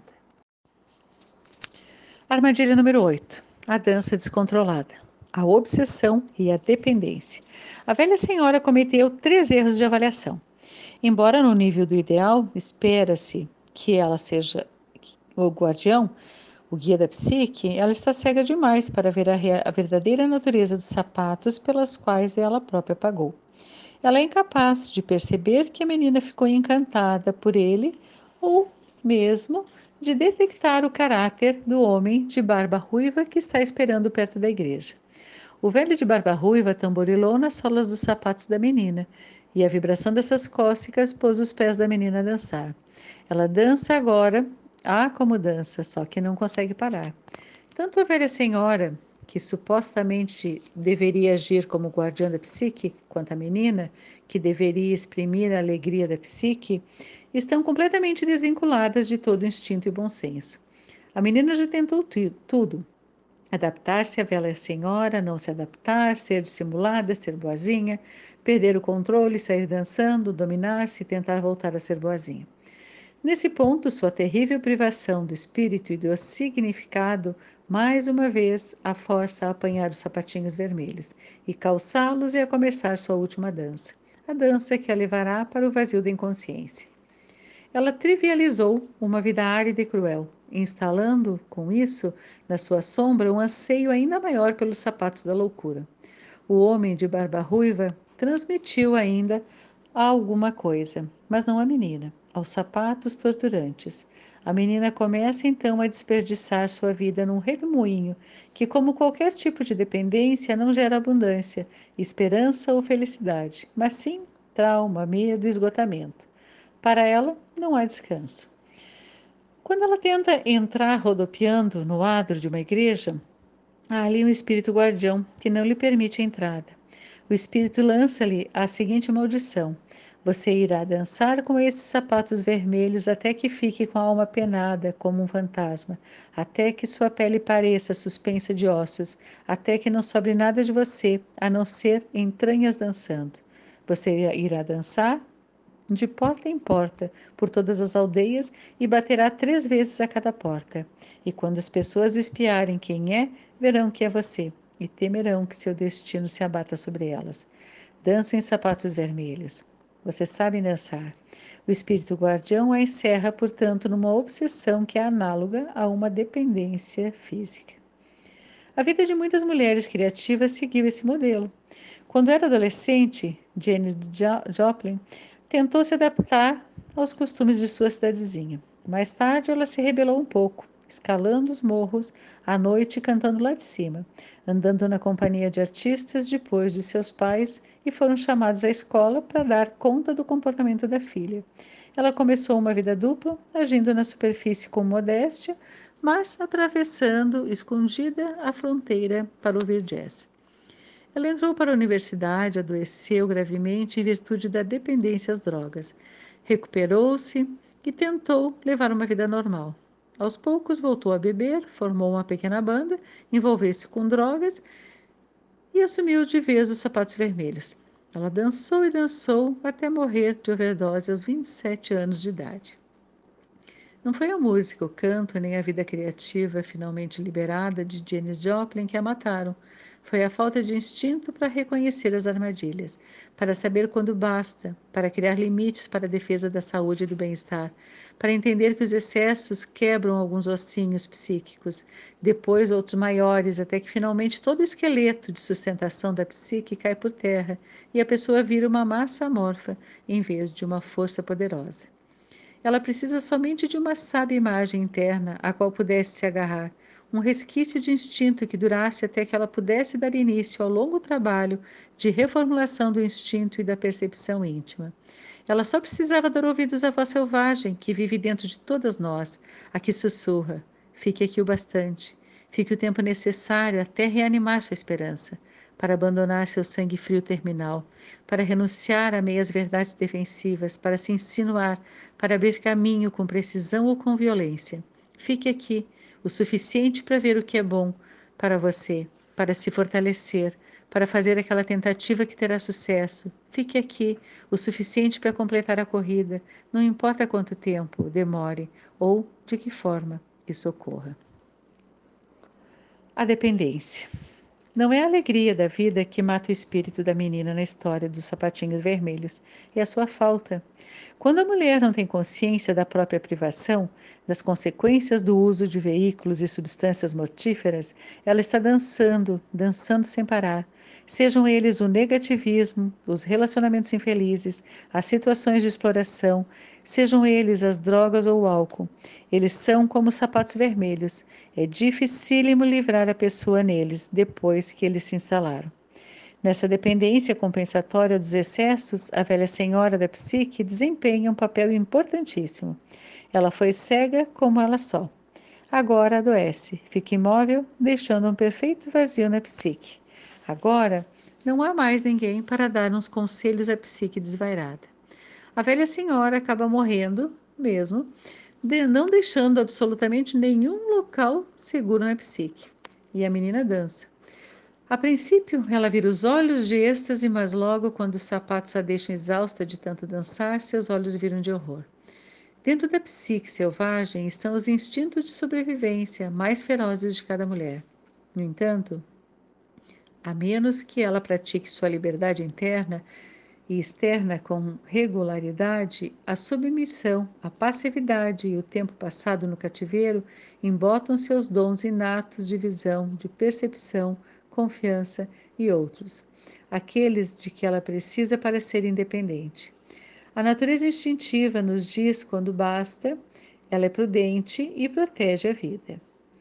Armadilha número oito. A dança descontrolada. A obsessão e a dependência. A velha senhora cometeu três erros de avaliação. Embora no nível do ideal, espera-se que ela seja o guardião, o guia da psique, ela está cega demais para ver a, a verdadeira natureza dos sapatos pelas quais ela própria pagou. Ela é incapaz de perceber que a menina ficou encantada por ele ou mesmo de detectar o caráter do homem de barba ruiva que está esperando perto da igreja. O velho de barba ruiva tamborilou nas solas dos sapatos da menina, e a vibração dessas cócegas pôs os pés da menina a dançar. Ela dança agora, ah, como dança, só que não consegue parar. Tanto a velha senhora, que supostamente deveria agir como guardiã da psique, quanto a menina, que deveria exprimir a alegria da psique, estão completamente desvinculadas de todo instinto e bom senso. A menina já tentou tudo, adaptar-se à velha senhora, não se adaptar, ser dissimulada, ser boazinha, perder o controle, sair dançando, dominar-se e tentar voltar a ser boazinha. Nesse ponto, sua terrível privação do espírito e do significado, mais uma vez, a força a apanhar os sapatinhos vermelhos e calçá-los e a começar sua última dança, a dança que a levará para o vazio da inconsciência. Ela trivializou uma vida árida e cruel, instalando, com isso, na sua sombra um anseio ainda maior pelos sapatos da loucura. O homem de barba ruiva transmitiu ainda alguma coisa, mas não a menina, aos sapatos torturantes. A menina começa então a desperdiçar sua vida num redemoinho que, como qualquer tipo de dependência, não gera abundância, esperança ou felicidade, mas sim trauma, medo e esgotamento. Para ela, não há descanso. Quando ela tenta entrar rodopiando no adro de uma igreja, há ali um espírito guardião que não lhe permite a entrada. O espírito lança-lhe a seguinte maldição: você irá dançar com esses sapatos vermelhos até que fique com a alma penada como um fantasma, até que sua pele pareça suspensa de ossos, até que não sobre nada de você, a não ser entranhas dançando. Você irá dançar de porta em porta, por todas as aldeias, e baterá três vezes a cada porta. E quando as pessoas espiarem quem é, verão que é você, e temerão que seu destino se abata sobre elas. Dança em sapatos vermelhos. Vocês sabem dançar. O espírito guardião a encerra, portanto, numa obsessão que é análoga a uma dependência física. A vida de muitas mulheres criativas seguiu esse modelo. Quando era adolescente, Janis Joplin tentou se adaptar aos costumes de sua cidadezinha. Mais tarde, ela se rebelou um pouco, escalando os morros à noite e cantando lá de cima, andando na companhia de artistas depois de seus pais e foram chamados à escola para dar conta do comportamento da filha. Ela começou uma vida dupla, agindo na superfície com modéstia, mas atravessando, escondida, a fronteira para ouvir jazz. Ela entrou para a universidade, adoeceu gravemente em virtude da dependência às drogas. Recuperou-se e tentou levar uma vida normal. Aos poucos voltou a beber, formou uma pequena banda, envolveu-se com drogas e assumiu de vez os sapatos vermelhos. Ela dançou e dançou até morrer de overdose aos vinte e sete anos de idade. Não foi a música, o canto, nem a vida criativa finalmente liberada de Janis Joplin que a mataram. Foi a falta de instinto para reconhecer as armadilhas, para saber quando basta, para criar limites para a defesa da saúde e do bem-estar, para entender que os excessos quebram alguns ossinhos psíquicos, depois outros maiores, até que finalmente todo o esqueleto de sustentação da psique cai por terra e a pessoa vira uma massa amorfa em vez de uma força poderosa. Ela precisa somente de uma sábia imagem interna a qual pudesse se agarrar, um resquício de instinto que durasse até que ela pudesse dar início ao longo trabalho de reformulação do instinto e da percepção íntima. Ela só precisava dar ouvidos à voz selvagem que vive dentro de todas nós, a que sussurra: fique aqui o bastante, fique o tempo necessário até reanimar sua esperança, para abandonar seu sangue frio terminal, para renunciar a meias verdades defensivas, para se insinuar, para abrir caminho com precisão ou com violência. Fique aqui, o suficiente para ver o que é bom para você, para se fortalecer, para fazer aquela tentativa que terá sucesso. Fique aqui, o suficiente para completar a corrida, não importa quanto tempo demore ou de que forma isso ocorra. A dependência. Não é a alegria da vida que mata o espírito da menina na história dos sapatinhos vermelhos, é a sua falta. Quando a mulher não tem consciência da própria privação, das consequências do uso de veículos e substâncias mortíferas, ela está dançando, dançando sem parar. Sejam eles o negativismo, os relacionamentos infelizes, as situações de exploração, sejam eles as drogas ou o álcool. Eles são como sapatos vermelhos. É dificílimo livrar a pessoa neles depois que eles se instalaram. Nessa dependência compensatória dos excessos, a velha senhora da psique desempenha um papel importantíssimo. Ela foi cega como ela só. Agora adoece, fica imóvel, deixando um perfeito vazio na psique. Agora, não há mais ninguém para dar uns conselhos à psique desvairada. A velha senhora acaba morrendo, mesmo, de, não deixando absolutamente nenhum local seguro na psique. E a menina dança. A princípio, ela vira os olhos de êxtase, mas logo, quando os sapatos a deixam exausta de tanto dançar, seus olhos viram de horror. Dentro da psique selvagem estão os instintos de sobrevivência mais ferozes de cada mulher. No entanto, a menos que ela pratique sua liberdade interna e externa com regularidade, a submissão, a passividade e o tempo passado no cativeiro embotam seus dons inatos de visão, de percepção, confiança e outros, aqueles de que ela precisa para ser independente. A natureza instintiva nos diz quando basta, ela é prudente e protege a vida.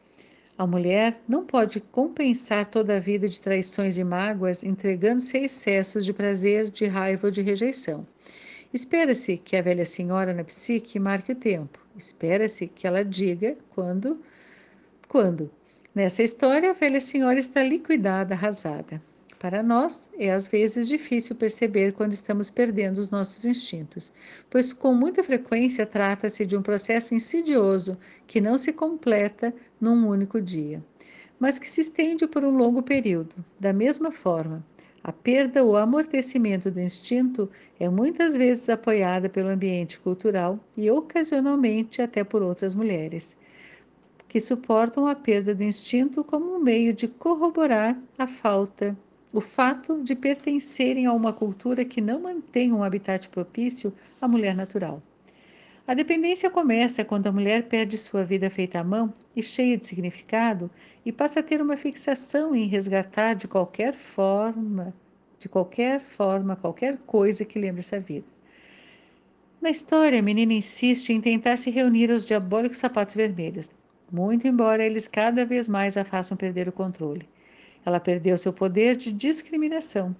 A mulher não pode compensar toda a vida de traições e mágoas entregando-se a excessos de prazer, de raiva ou de rejeição. Espera-se que a velha senhora na psique marque o tempo. Espera-se que ela diga quando. Quando? Nessa história, a velha senhora está liquidada, arrasada. Para nós, é às vezes difícil perceber quando estamos perdendo os nossos instintos, pois com muita frequência trata-se de um processo insidioso que não se completa num único dia, mas que se estende por um longo período. Da mesma forma, a perda ou amortecimento do instinto é muitas vezes apoiada pelo ambiente cultural e ocasionalmente até por outras mulheres, que suportam a perda do instinto como um meio de corroborar a falta o fato de pertencerem a uma cultura que não mantém um habitat propício à mulher natural. A dependência começa quando a mulher perde sua vida feita à mão e cheia de significado e passa a ter uma fixação em resgatar de qualquer forma, de qualquer forma, qualquer coisa que lembre essa vida. Na história, a menina insiste em tentar se reunir aos diabólicos sapatos vermelhos, muito embora eles cada vez mais a façam perder o controle. Ela perdeu seu poder de discriminação,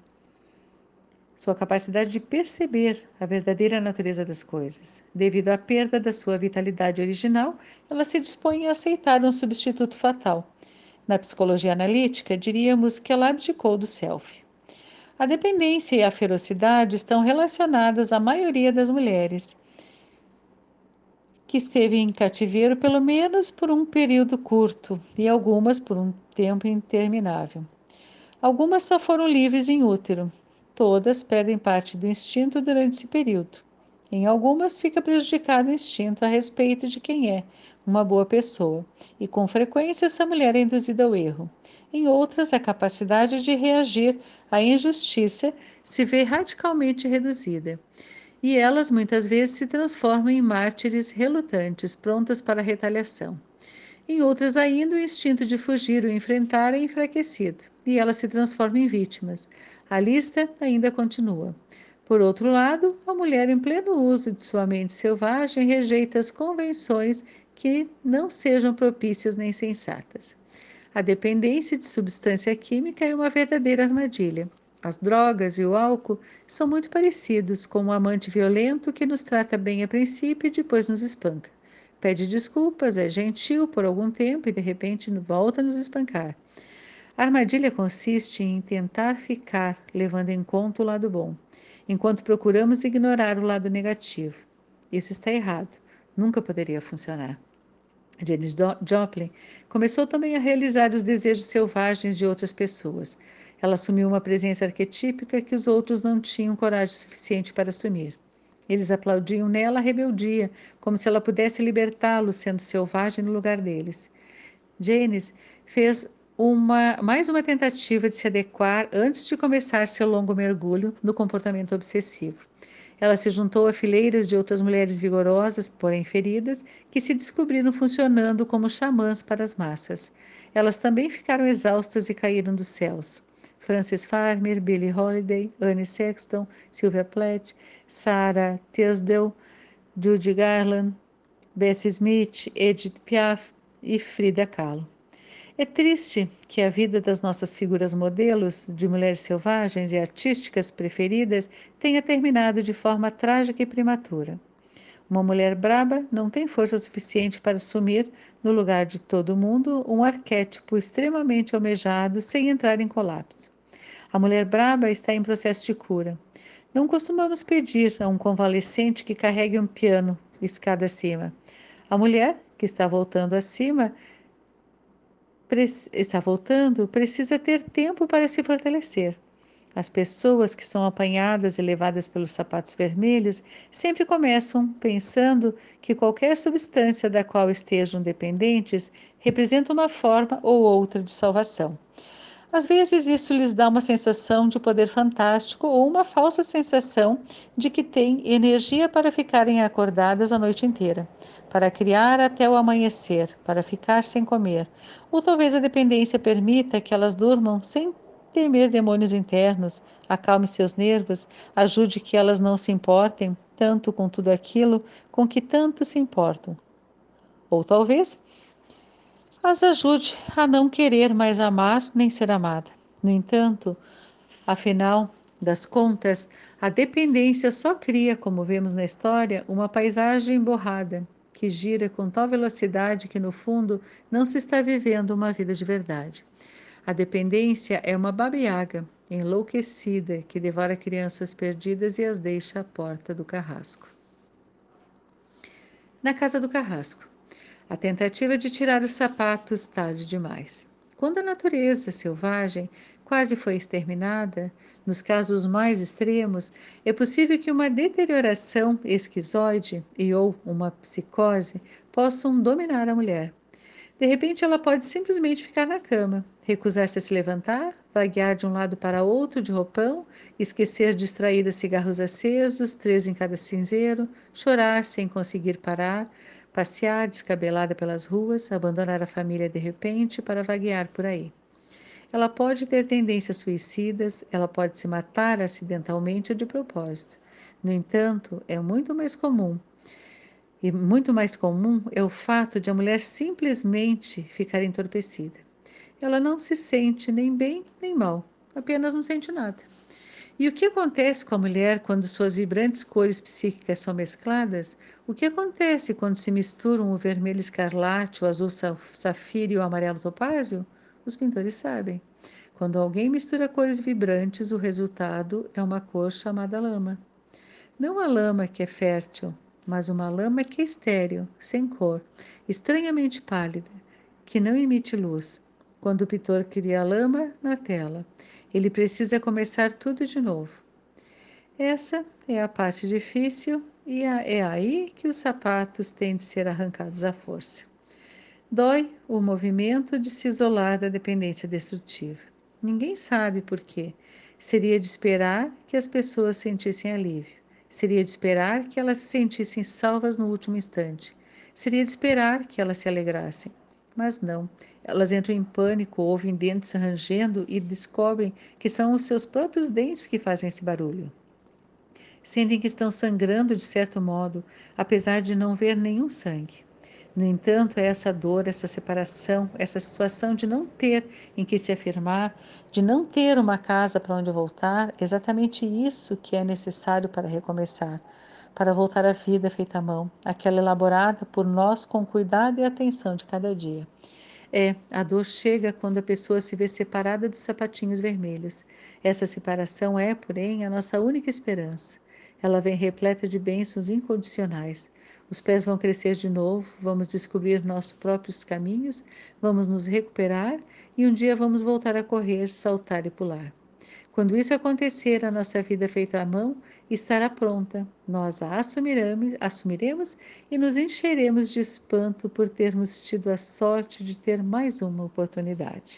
sua capacidade de perceber a verdadeira natureza das coisas. Devido à perda da sua vitalidade original, ela se dispõe a aceitar um substituto fatal. Na psicologia analítica, diríamos que ela abdicou do self. A dependência e a ferocidade estão relacionadas à maioria das mulheres, que esteve em cativeiro pelo menos por um período curto e algumas por um tempo interminável. Algumas só foram livres em útero. Todas perdem parte do instinto durante esse período. Em algumas fica prejudicado o instinto a respeito de quem é uma boa pessoa, e com frequência essa mulher é induzida ao erro. Em outras, a capacidade de reagir à injustiça se vê radicalmente reduzida, e elas muitas vezes se transformam em mártires relutantes, prontas para a retaliação. Em outras ainda, o instinto de fugir ou enfrentar é enfraquecido, e elas se transformam em vítimas. A lista ainda continua. Por outro lado, a mulher, em pleno uso de sua mente selvagem, rejeita as convenções que não sejam propícias nem sensatas. A dependência de substância química é uma verdadeira armadilha. As drogas e o álcool são muito parecidos com um amante violento que nos trata bem a princípio e depois nos espanca. Pede desculpas, é gentil por algum tempo e de repente volta a nos espancar. A armadilha consiste em tentar ficar levando em conta o lado bom, enquanto procuramos ignorar o lado negativo. Isso está errado. Nunca poderia funcionar. Janis Joplin começou também a realizar os desejos selvagens de outras pessoas. Ela assumiu uma presença arquetípica que os outros não tinham coragem suficiente para assumir. Eles aplaudiam nela a rebeldia, como se ela pudesse libertá-los sendo selvagem no lugar deles. Janis fez uma, mais uma tentativa de se adequar antes de começar seu longo mergulho no comportamento obsessivo. Ela se juntou a fileiras de outras mulheres vigorosas, porém feridas, que se descobriram funcionando como xamãs para as massas. Elas também ficaram exaustas e caíram dos céus. Frances Farmer, Billie Holiday, Annie Sexton, Sylvia Plath, Sarah Teasdale, Judy Garland, Bessie Smith, Edith Piaf e Frida Kahlo. É triste que a vida das nossas figuras modelos de mulheres selvagens e artísticas preferidas tenha terminado de forma trágica e prematura. Uma mulher braba não tem força suficiente para assumir, no lugar de todo mundo, um arquétipo extremamente almejado sem entrar em colapso. A mulher braba está em processo de cura. Não costumamos pedir a um convalescente que carregue um piano escada acima. A mulher, que está voltando acima, está voltando, precisa ter tempo para se fortalecer. As pessoas que são apanhadas e levadas pelos sapatos vermelhos sempre começam pensando que qualquer substância da qual estejam dependentes representa uma forma ou outra de salvação. Às vezes isso lhes dá uma sensação de poder fantástico ou uma falsa sensação de que têm energia para ficarem acordadas a noite inteira, para criar até o amanhecer, para ficar sem comer. Ou talvez a dependência permita que elas durmam sem temer demônios internos, acalme seus nervos, ajude que elas não se importem tanto com tudo aquilo com que tanto se importam. Ou talvez as ajude a não querer mais amar nem ser amada. No entanto, afinal das contas, a dependência só cria, como vemos na história, uma paisagem borrada, que gira com tal velocidade que, no fundo, não se está vivendo uma vida de verdade. A dependência é uma baba-yaga enlouquecida que devora crianças perdidas e as deixa à porta do carrasco. Na casa do carrasco. A tentativa de tirar os sapatos tarde demais. Quando a natureza selvagem quase foi exterminada, nos casos mais extremos, é possível que uma deterioração esquizoide e ou uma psicose possam dominar a mulher. De repente, ela pode simplesmente ficar na cama, recusar-se a se levantar, vaguear de um lado para outro de roupão, esquecer distraída cigarros acesos, três em cada cinzeiro, chorar sem conseguir parar, passear descabelada pelas ruas, abandonar a família de repente para vaguear por aí. Ela pode ter tendências suicidas, ela pode se matar acidentalmente ou de propósito. No entanto, é muito mais comum, e muito mais comum é o fato de a mulher simplesmente ficar entorpecida. Ela não se sente nem bem nem mal, apenas não sente nada. E o que acontece com a mulher quando suas vibrantes cores psíquicas são mescladas? O que acontece quando se misturam o vermelho escarlate, o azul safira e o amarelo topázio? Os pintores sabem. Quando alguém mistura cores vibrantes, o resultado é uma cor chamada lama. Não a lama que é fértil, mas uma lama que é estéril, sem cor, estranhamente pálida, que não emite luz. Quando o pintor cria a lama na tela, ele precisa começar tudo de novo. Essa é a parte difícil e é aí que os sapatos têm de ser arrancados à força. Dói o movimento de se isolar da dependência destrutiva. Ninguém sabe por quê. Seria de esperar que as pessoas sentissem alívio. Seria de esperar que elas se sentissem salvas no último instante. Seria de esperar que elas se alegrassem. Mas não. Elas entram em pânico, ouvem dentes rangendo e descobrem que são os seus próprios dentes que fazem esse barulho. Sentem que estão sangrando de certo modo, apesar de não ver nenhum sangue. No entanto, é essa dor, essa separação, essa situação de não ter em que se afirmar, de não ter uma casa para onde voltar, exatamente isso que é necessário para recomeçar, para voltar à vida feita à mão, aquela elaborada por nós com cuidado e atenção de cada dia. É, a dor chega quando a pessoa se vê separada dos sapatinhos vermelhos. Essa separação é, porém, a nossa única esperança. Ela vem repleta de bênçãos incondicionais. Os pés vão crescer de novo, vamos descobrir nossos próprios caminhos, vamos nos recuperar e um dia vamos voltar a correr, saltar e pular. Quando isso acontecer, a nossa vida feita à mão estará pronta. Nós a assumiremos, assumiremos e nos encheremos de espanto por termos tido a sorte de ter mais uma oportunidade.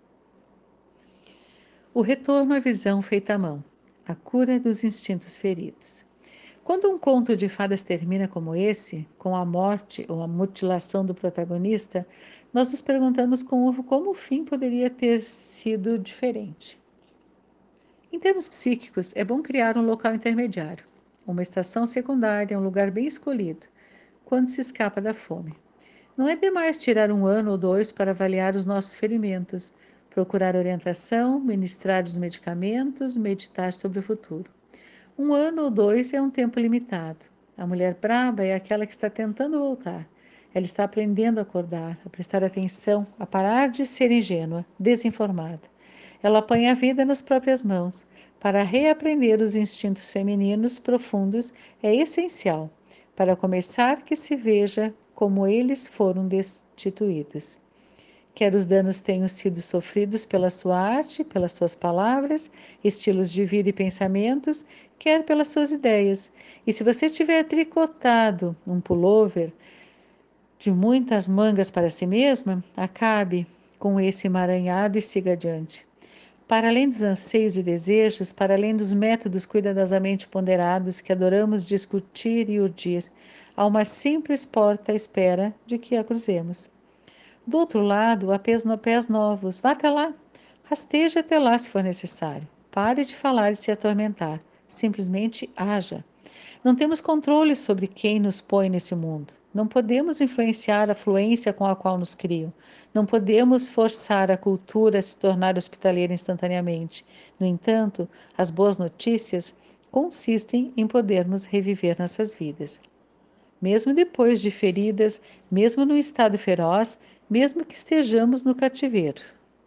O retorno à visão feita à mão. A cura dos instintos feridos. Quando um conto de fadas termina como esse, com a morte ou a mutilação do protagonista, nós nos perguntamos como, como o fim poderia ter sido diferente. Em termos psíquicos, é bom criar um local intermediário, uma estação secundária, um lugar bem escolhido, quando se escapa da fome. Não é demais tirar um ano ou dois para avaliar os nossos ferimentos, procurar orientação, ministrar os medicamentos, meditar sobre o futuro. Um ano ou dois é um tempo limitado. A mulher braba é aquela que está tentando voltar. Ela está aprendendo a acordar, a prestar atenção, a parar de ser ingênua, desinformada. Ela põe a vida nas próprias mãos. Para reaprender os instintos femininos profundos é essencial, para começar, que se veja como eles foram destituídos. Quer os danos tenham sido sofridos pela sua arte, pelas suas palavras, estilos de vida e pensamentos, quer pelas suas ideias. E se você tiver tricotado um pullover de muitas mangas para si mesma, acabe com esse emaranhado e siga adiante. Para além dos anseios e desejos, para além dos métodos cuidadosamente ponderados que adoramos discutir e urdir, há uma simples porta à espera de que a cruzemos. Do outro lado, há pés, pés novos. Vá até lá. Rasteje até lá se for necessário. Pare de falar e se atormentar. Simplesmente haja. Não temos controle sobre quem nos põe nesse mundo. Não podemos influenciar a fluência com a qual nos criam. Não podemos forçar a cultura a se tornar hospitaleira instantaneamente. No entanto, as boas notícias consistem em podermos reviver nossas vidas. Mesmo depois de feridas, mesmo no estado feroz, mesmo que estejamos no cativeiro.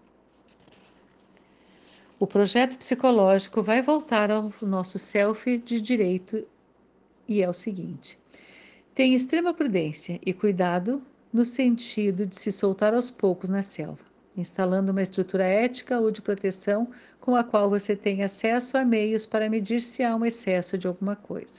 O projeto psicológico vai voltar ao nosso self de direito e é o seguinte: tenha extrema prudência e cuidado no sentido de se soltar aos poucos na selva, instalando uma estrutura ética ou de proteção com a qual você tem acesso a meios para medir se há um excesso de alguma coisa.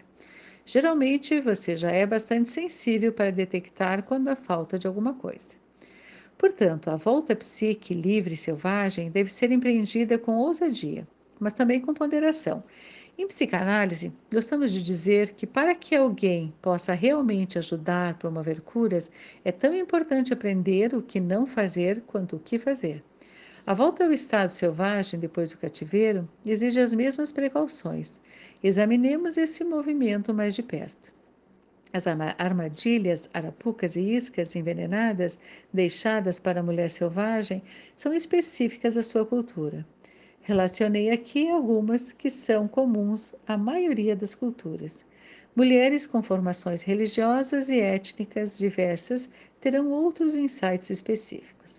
Geralmente, você já é bastante sensível para detectar quando há falta de alguma coisa. Portanto, a volta à psique livre e selvagem deve ser empreendida com ousadia, mas também com ponderação. Em psicanálise, gostamos de dizer que para que alguém possa realmente ajudar a promover curas, é tão importante aprender o que não fazer quanto o que fazer. A volta ao estado selvagem depois do cativeiro exige as mesmas precauções. Examinemos esse movimento mais de perto. As armadilhas, arapucas e iscas envenenadas deixadas para a mulher selvagem são específicas à sua cultura. Relacionei aqui algumas que são comuns à maioria das culturas. Mulheres com formações religiosas e étnicas diversas terão outros insights específicos.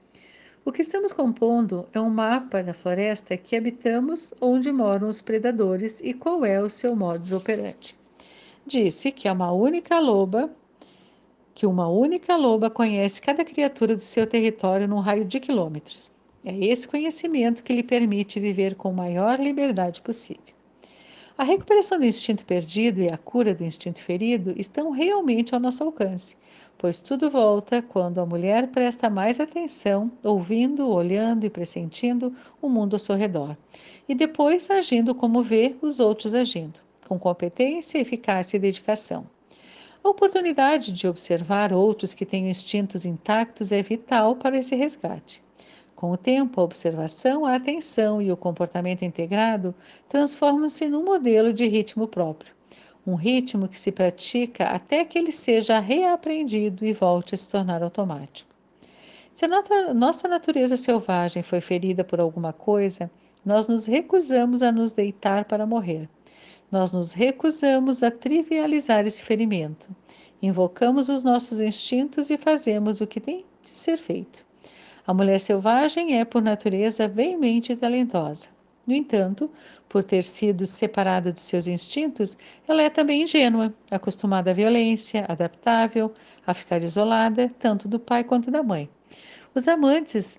O que estamos compondo é um mapa da floresta que habitamos, onde moram os predadores e qual é o seu modus operandi. Disse que é uma única loba, que uma única loba conhece cada criatura do seu território num raio de quilômetros. É esse conhecimento que lhe permite viver com a maior liberdade possível. A recuperação do instinto perdido e a cura do instinto ferido estão realmente ao nosso alcance, pois tudo volta quando a mulher presta mais atenção, ouvindo, olhando e pressentindo o mundo ao seu redor, e depois agindo como vê os outros agindo, com competência, eficácia e dedicação. A oportunidade de observar outros que têm instintos intactos é vital para esse resgate. Com o tempo, a observação, a atenção e o comportamento integrado transformam-se num modelo de ritmo próprio. Um ritmo que se pratica até que ele seja reaprendido e volte a se tornar automático. Se a nossa natureza selvagem foi ferida por alguma coisa, nós nos recusamos a nos deitar para morrer. Nós nos recusamos a trivializar esse ferimento. Invocamos os nossos instintos e fazemos o que tem de ser feito. A mulher selvagem é, por natureza, veemente e talentosa. No entanto, por ter sido separada dos seus instintos, ela é também ingênua, acostumada à violência, adaptável, a ficar isolada, tanto do pai quanto da mãe. Os amantes,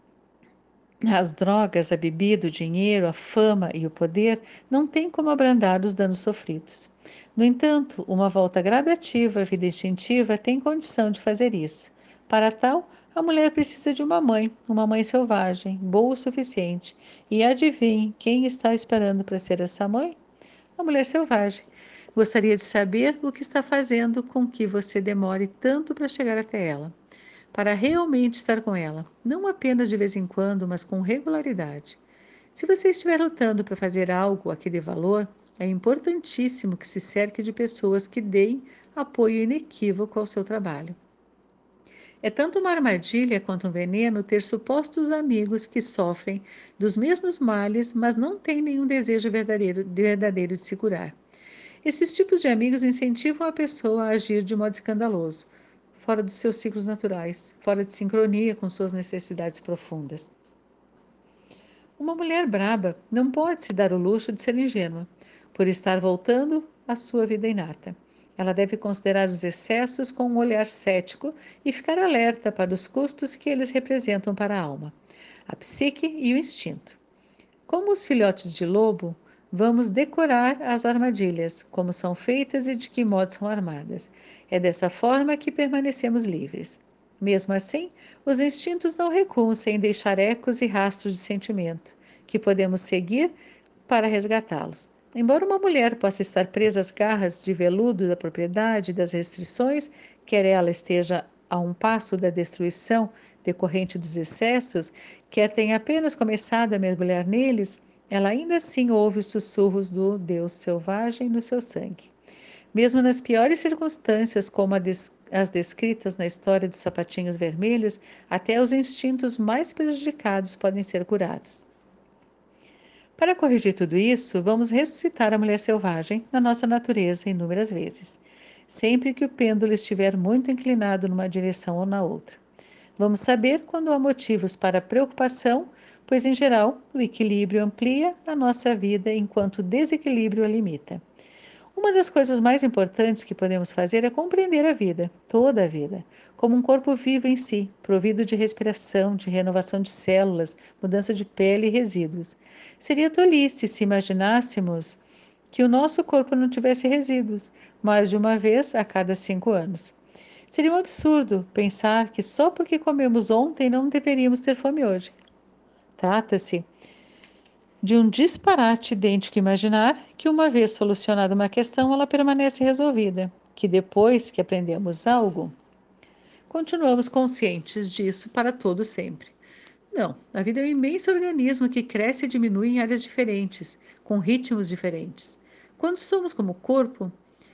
as drogas, a bebida, o dinheiro, a fama e o poder não têm como abrandar os danos sofridos. No entanto, uma volta gradativa à vida instintiva tem condição de fazer isso. Para tal, a mulher precisa de uma mãe, uma mãe selvagem, boa o suficiente. E adivinhe quem está esperando para ser essa mãe? A mulher selvagem. Gostaria de saber o que está fazendo com que você demore tanto para chegar até ela. Para realmente estar com ela, não apenas de vez em quando, mas com regularidade. Se você estiver lutando para fazer algo a que dê valor, é importantíssimo que se cerque de pessoas que deem apoio inequívoco ao seu trabalho. É tanto uma armadilha quanto um veneno ter supostos amigos que sofrem dos mesmos males, mas não têm nenhum desejo verdadeiro, verdadeiro de se curar. Esses tipos de amigos incentivam a pessoa a agir de modo escandaloso, fora dos seus ciclos naturais, fora de sincronia com suas necessidades profundas. Uma mulher braba não pode se dar o luxo de ser ingênua, por estar voltando à sua vida inata. Ela deve considerar os excessos com um olhar cético e ficar alerta para os custos que eles representam para a alma, a psique e o instinto. Como os filhotes de lobo, vamos decorar as armadilhas, como são feitas e de que modo são armadas. É dessa forma que permanecemos livres. Mesmo assim, os instintos não recuam sem deixar ecos e rastros de sentimento, que podemos seguir para resgatá-los. Embora uma mulher possa estar presa às garras de veludo da propriedade e das restrições, quer ela esteja a um passo da destruição decorrente dos excessos, quer tenha apenas começado a mergulhar neles, ela ainda assim ouve os sussurros do Deus selvagem no seu sangue. Mesmo nas piores circunstâncias, como des- as descritas na história dos sapatinhos vermelhos, até os instintos mais prejudicados podem ser curados. Para corrigir tudo isso, vamos ressuscitar a mulher selvagem na nossa natureza inúmeras vezes, sempre que o pêndulo estiver muito inclinado numa direção ou na outra. Vamos saber quando há motivos para preocupação, pois, em geral, o equilíbrio amplia a nossa vida enquanto o desequilíbrio a limita. Uma das coisas mais importantes que podemos fazer é compreender a vida, toda a vida, como um corpo vivo em si, provido de respiração, de renovação de células, mudança de pele e resíduos. Seria tolice se imaginássemos que o nosso corpo não tivesse resíduos, mais de uma vez a cada cinco anos. Seria um absurdo pensar que só porque comemos ontem não deveríamos ter fome hoje. Trata-se de um disparate idêntico imaginar que, uma vez solucionada uma questão, ela permanece resolvida, que depois que aprendemos algo, continuamos conscientes disso para todo sempre. Não, a vida é um imenso organismo que cresce e diminui em áreas diferentes, com ritmos diferentes. Quando somos como corpo,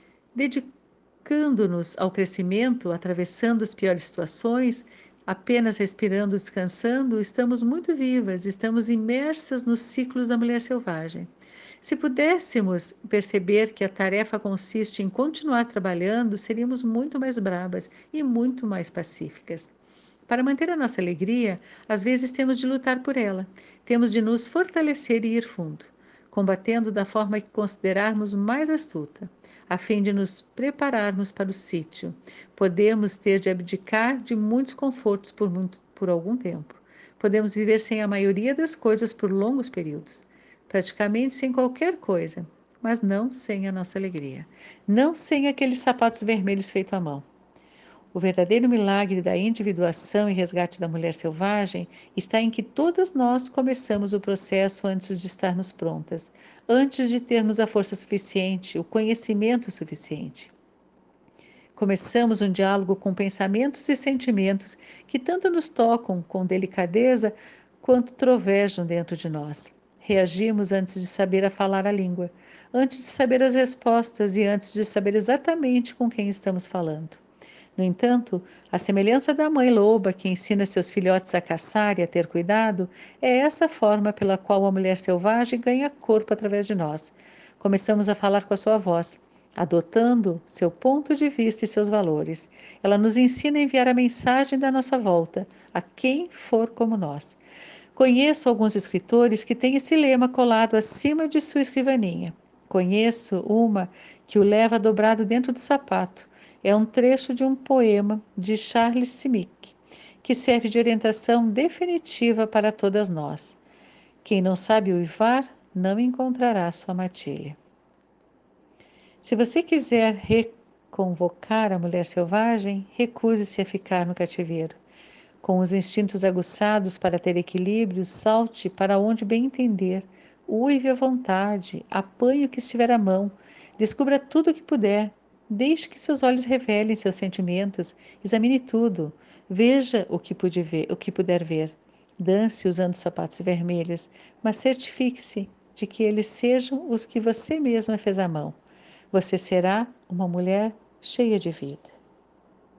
dedicando-nos ao crescimento, atravessando as piores situações, apenas respirando, descansando, estamos muito vivas, estamos imersas nos ciclos da mulher selvagem. Se pudéssemos perceber que a tarefa consiste em continuar trabalhando, seríamos muito mais bravas e muito mais pacíficas. Para manter a nossa alegria, às vezes temos de lutar por ela, temos de nos fortalecer e ir fundo, combatendo da forma que considerarmos mais astuta, a fim de nos prepararmos para o sítio. Podemos ter de abdicar de muitos confortos por, muito, por algum tempo. Podemos viver sem a maioria das coisas por longos períodos, praticamente sem qualquer coisa, mas não sem a nossa alegria, não sem aqueles sapatos vermelhos feitos à mão. O verdadeiro milagre da individuação e resgate da mulher selvagem está em que todas nós começamos o processo antes de estarmos prontas, antes de termos a força suficiente, o conhecimento suficiente. Começamos um diálogo com pensamentos e sentimentos que tanto nos tocam com delicadeza quanto trovejam dentro de nós. Reagimos antes de saber a falar a língua, antes de saber as respostas e antes de saber exatamente com quem estamos falando. No entanto, a semelhança da mãe loba que ensina seus filhotes a caçar e a ter cuidado, é essa forma pela qual a mulher selvagem ganha corpo através de nós. Começamos a falar com a sua voz, adotando seu ponto de vista e seus valores. Ela nos ensina a enviar a mensagem da nossa volta a quem for como nós. Conheço alguns escritores que têm esse lema colado acima de sua escrivaninha. Conheço uma que o leva dobrado dentro do sapato. É um trecho de um poema de Charles Simic, que serve de orientação definitiva para todas nós. Quem não sabe uivar, não encontrará sua matilha. Se você quiser reconvocar a mulher selvagem, recuse-se a ficar no cativeiro. Com os instintos aguçados para ter equilíbrio, salte para onde bem entender, uive à vontade, apanhe o que estiver à mão, descubra tudo o que puder, deixe que seus olhos revelem seus sentimentos, examine tudo, veja o que, pude ver, o que puder ver. Dance usando sapatos vermelhos, mas certifique-se de que eles sejam os que você mesma fez à mão. Você será uma mulher cheia de vida.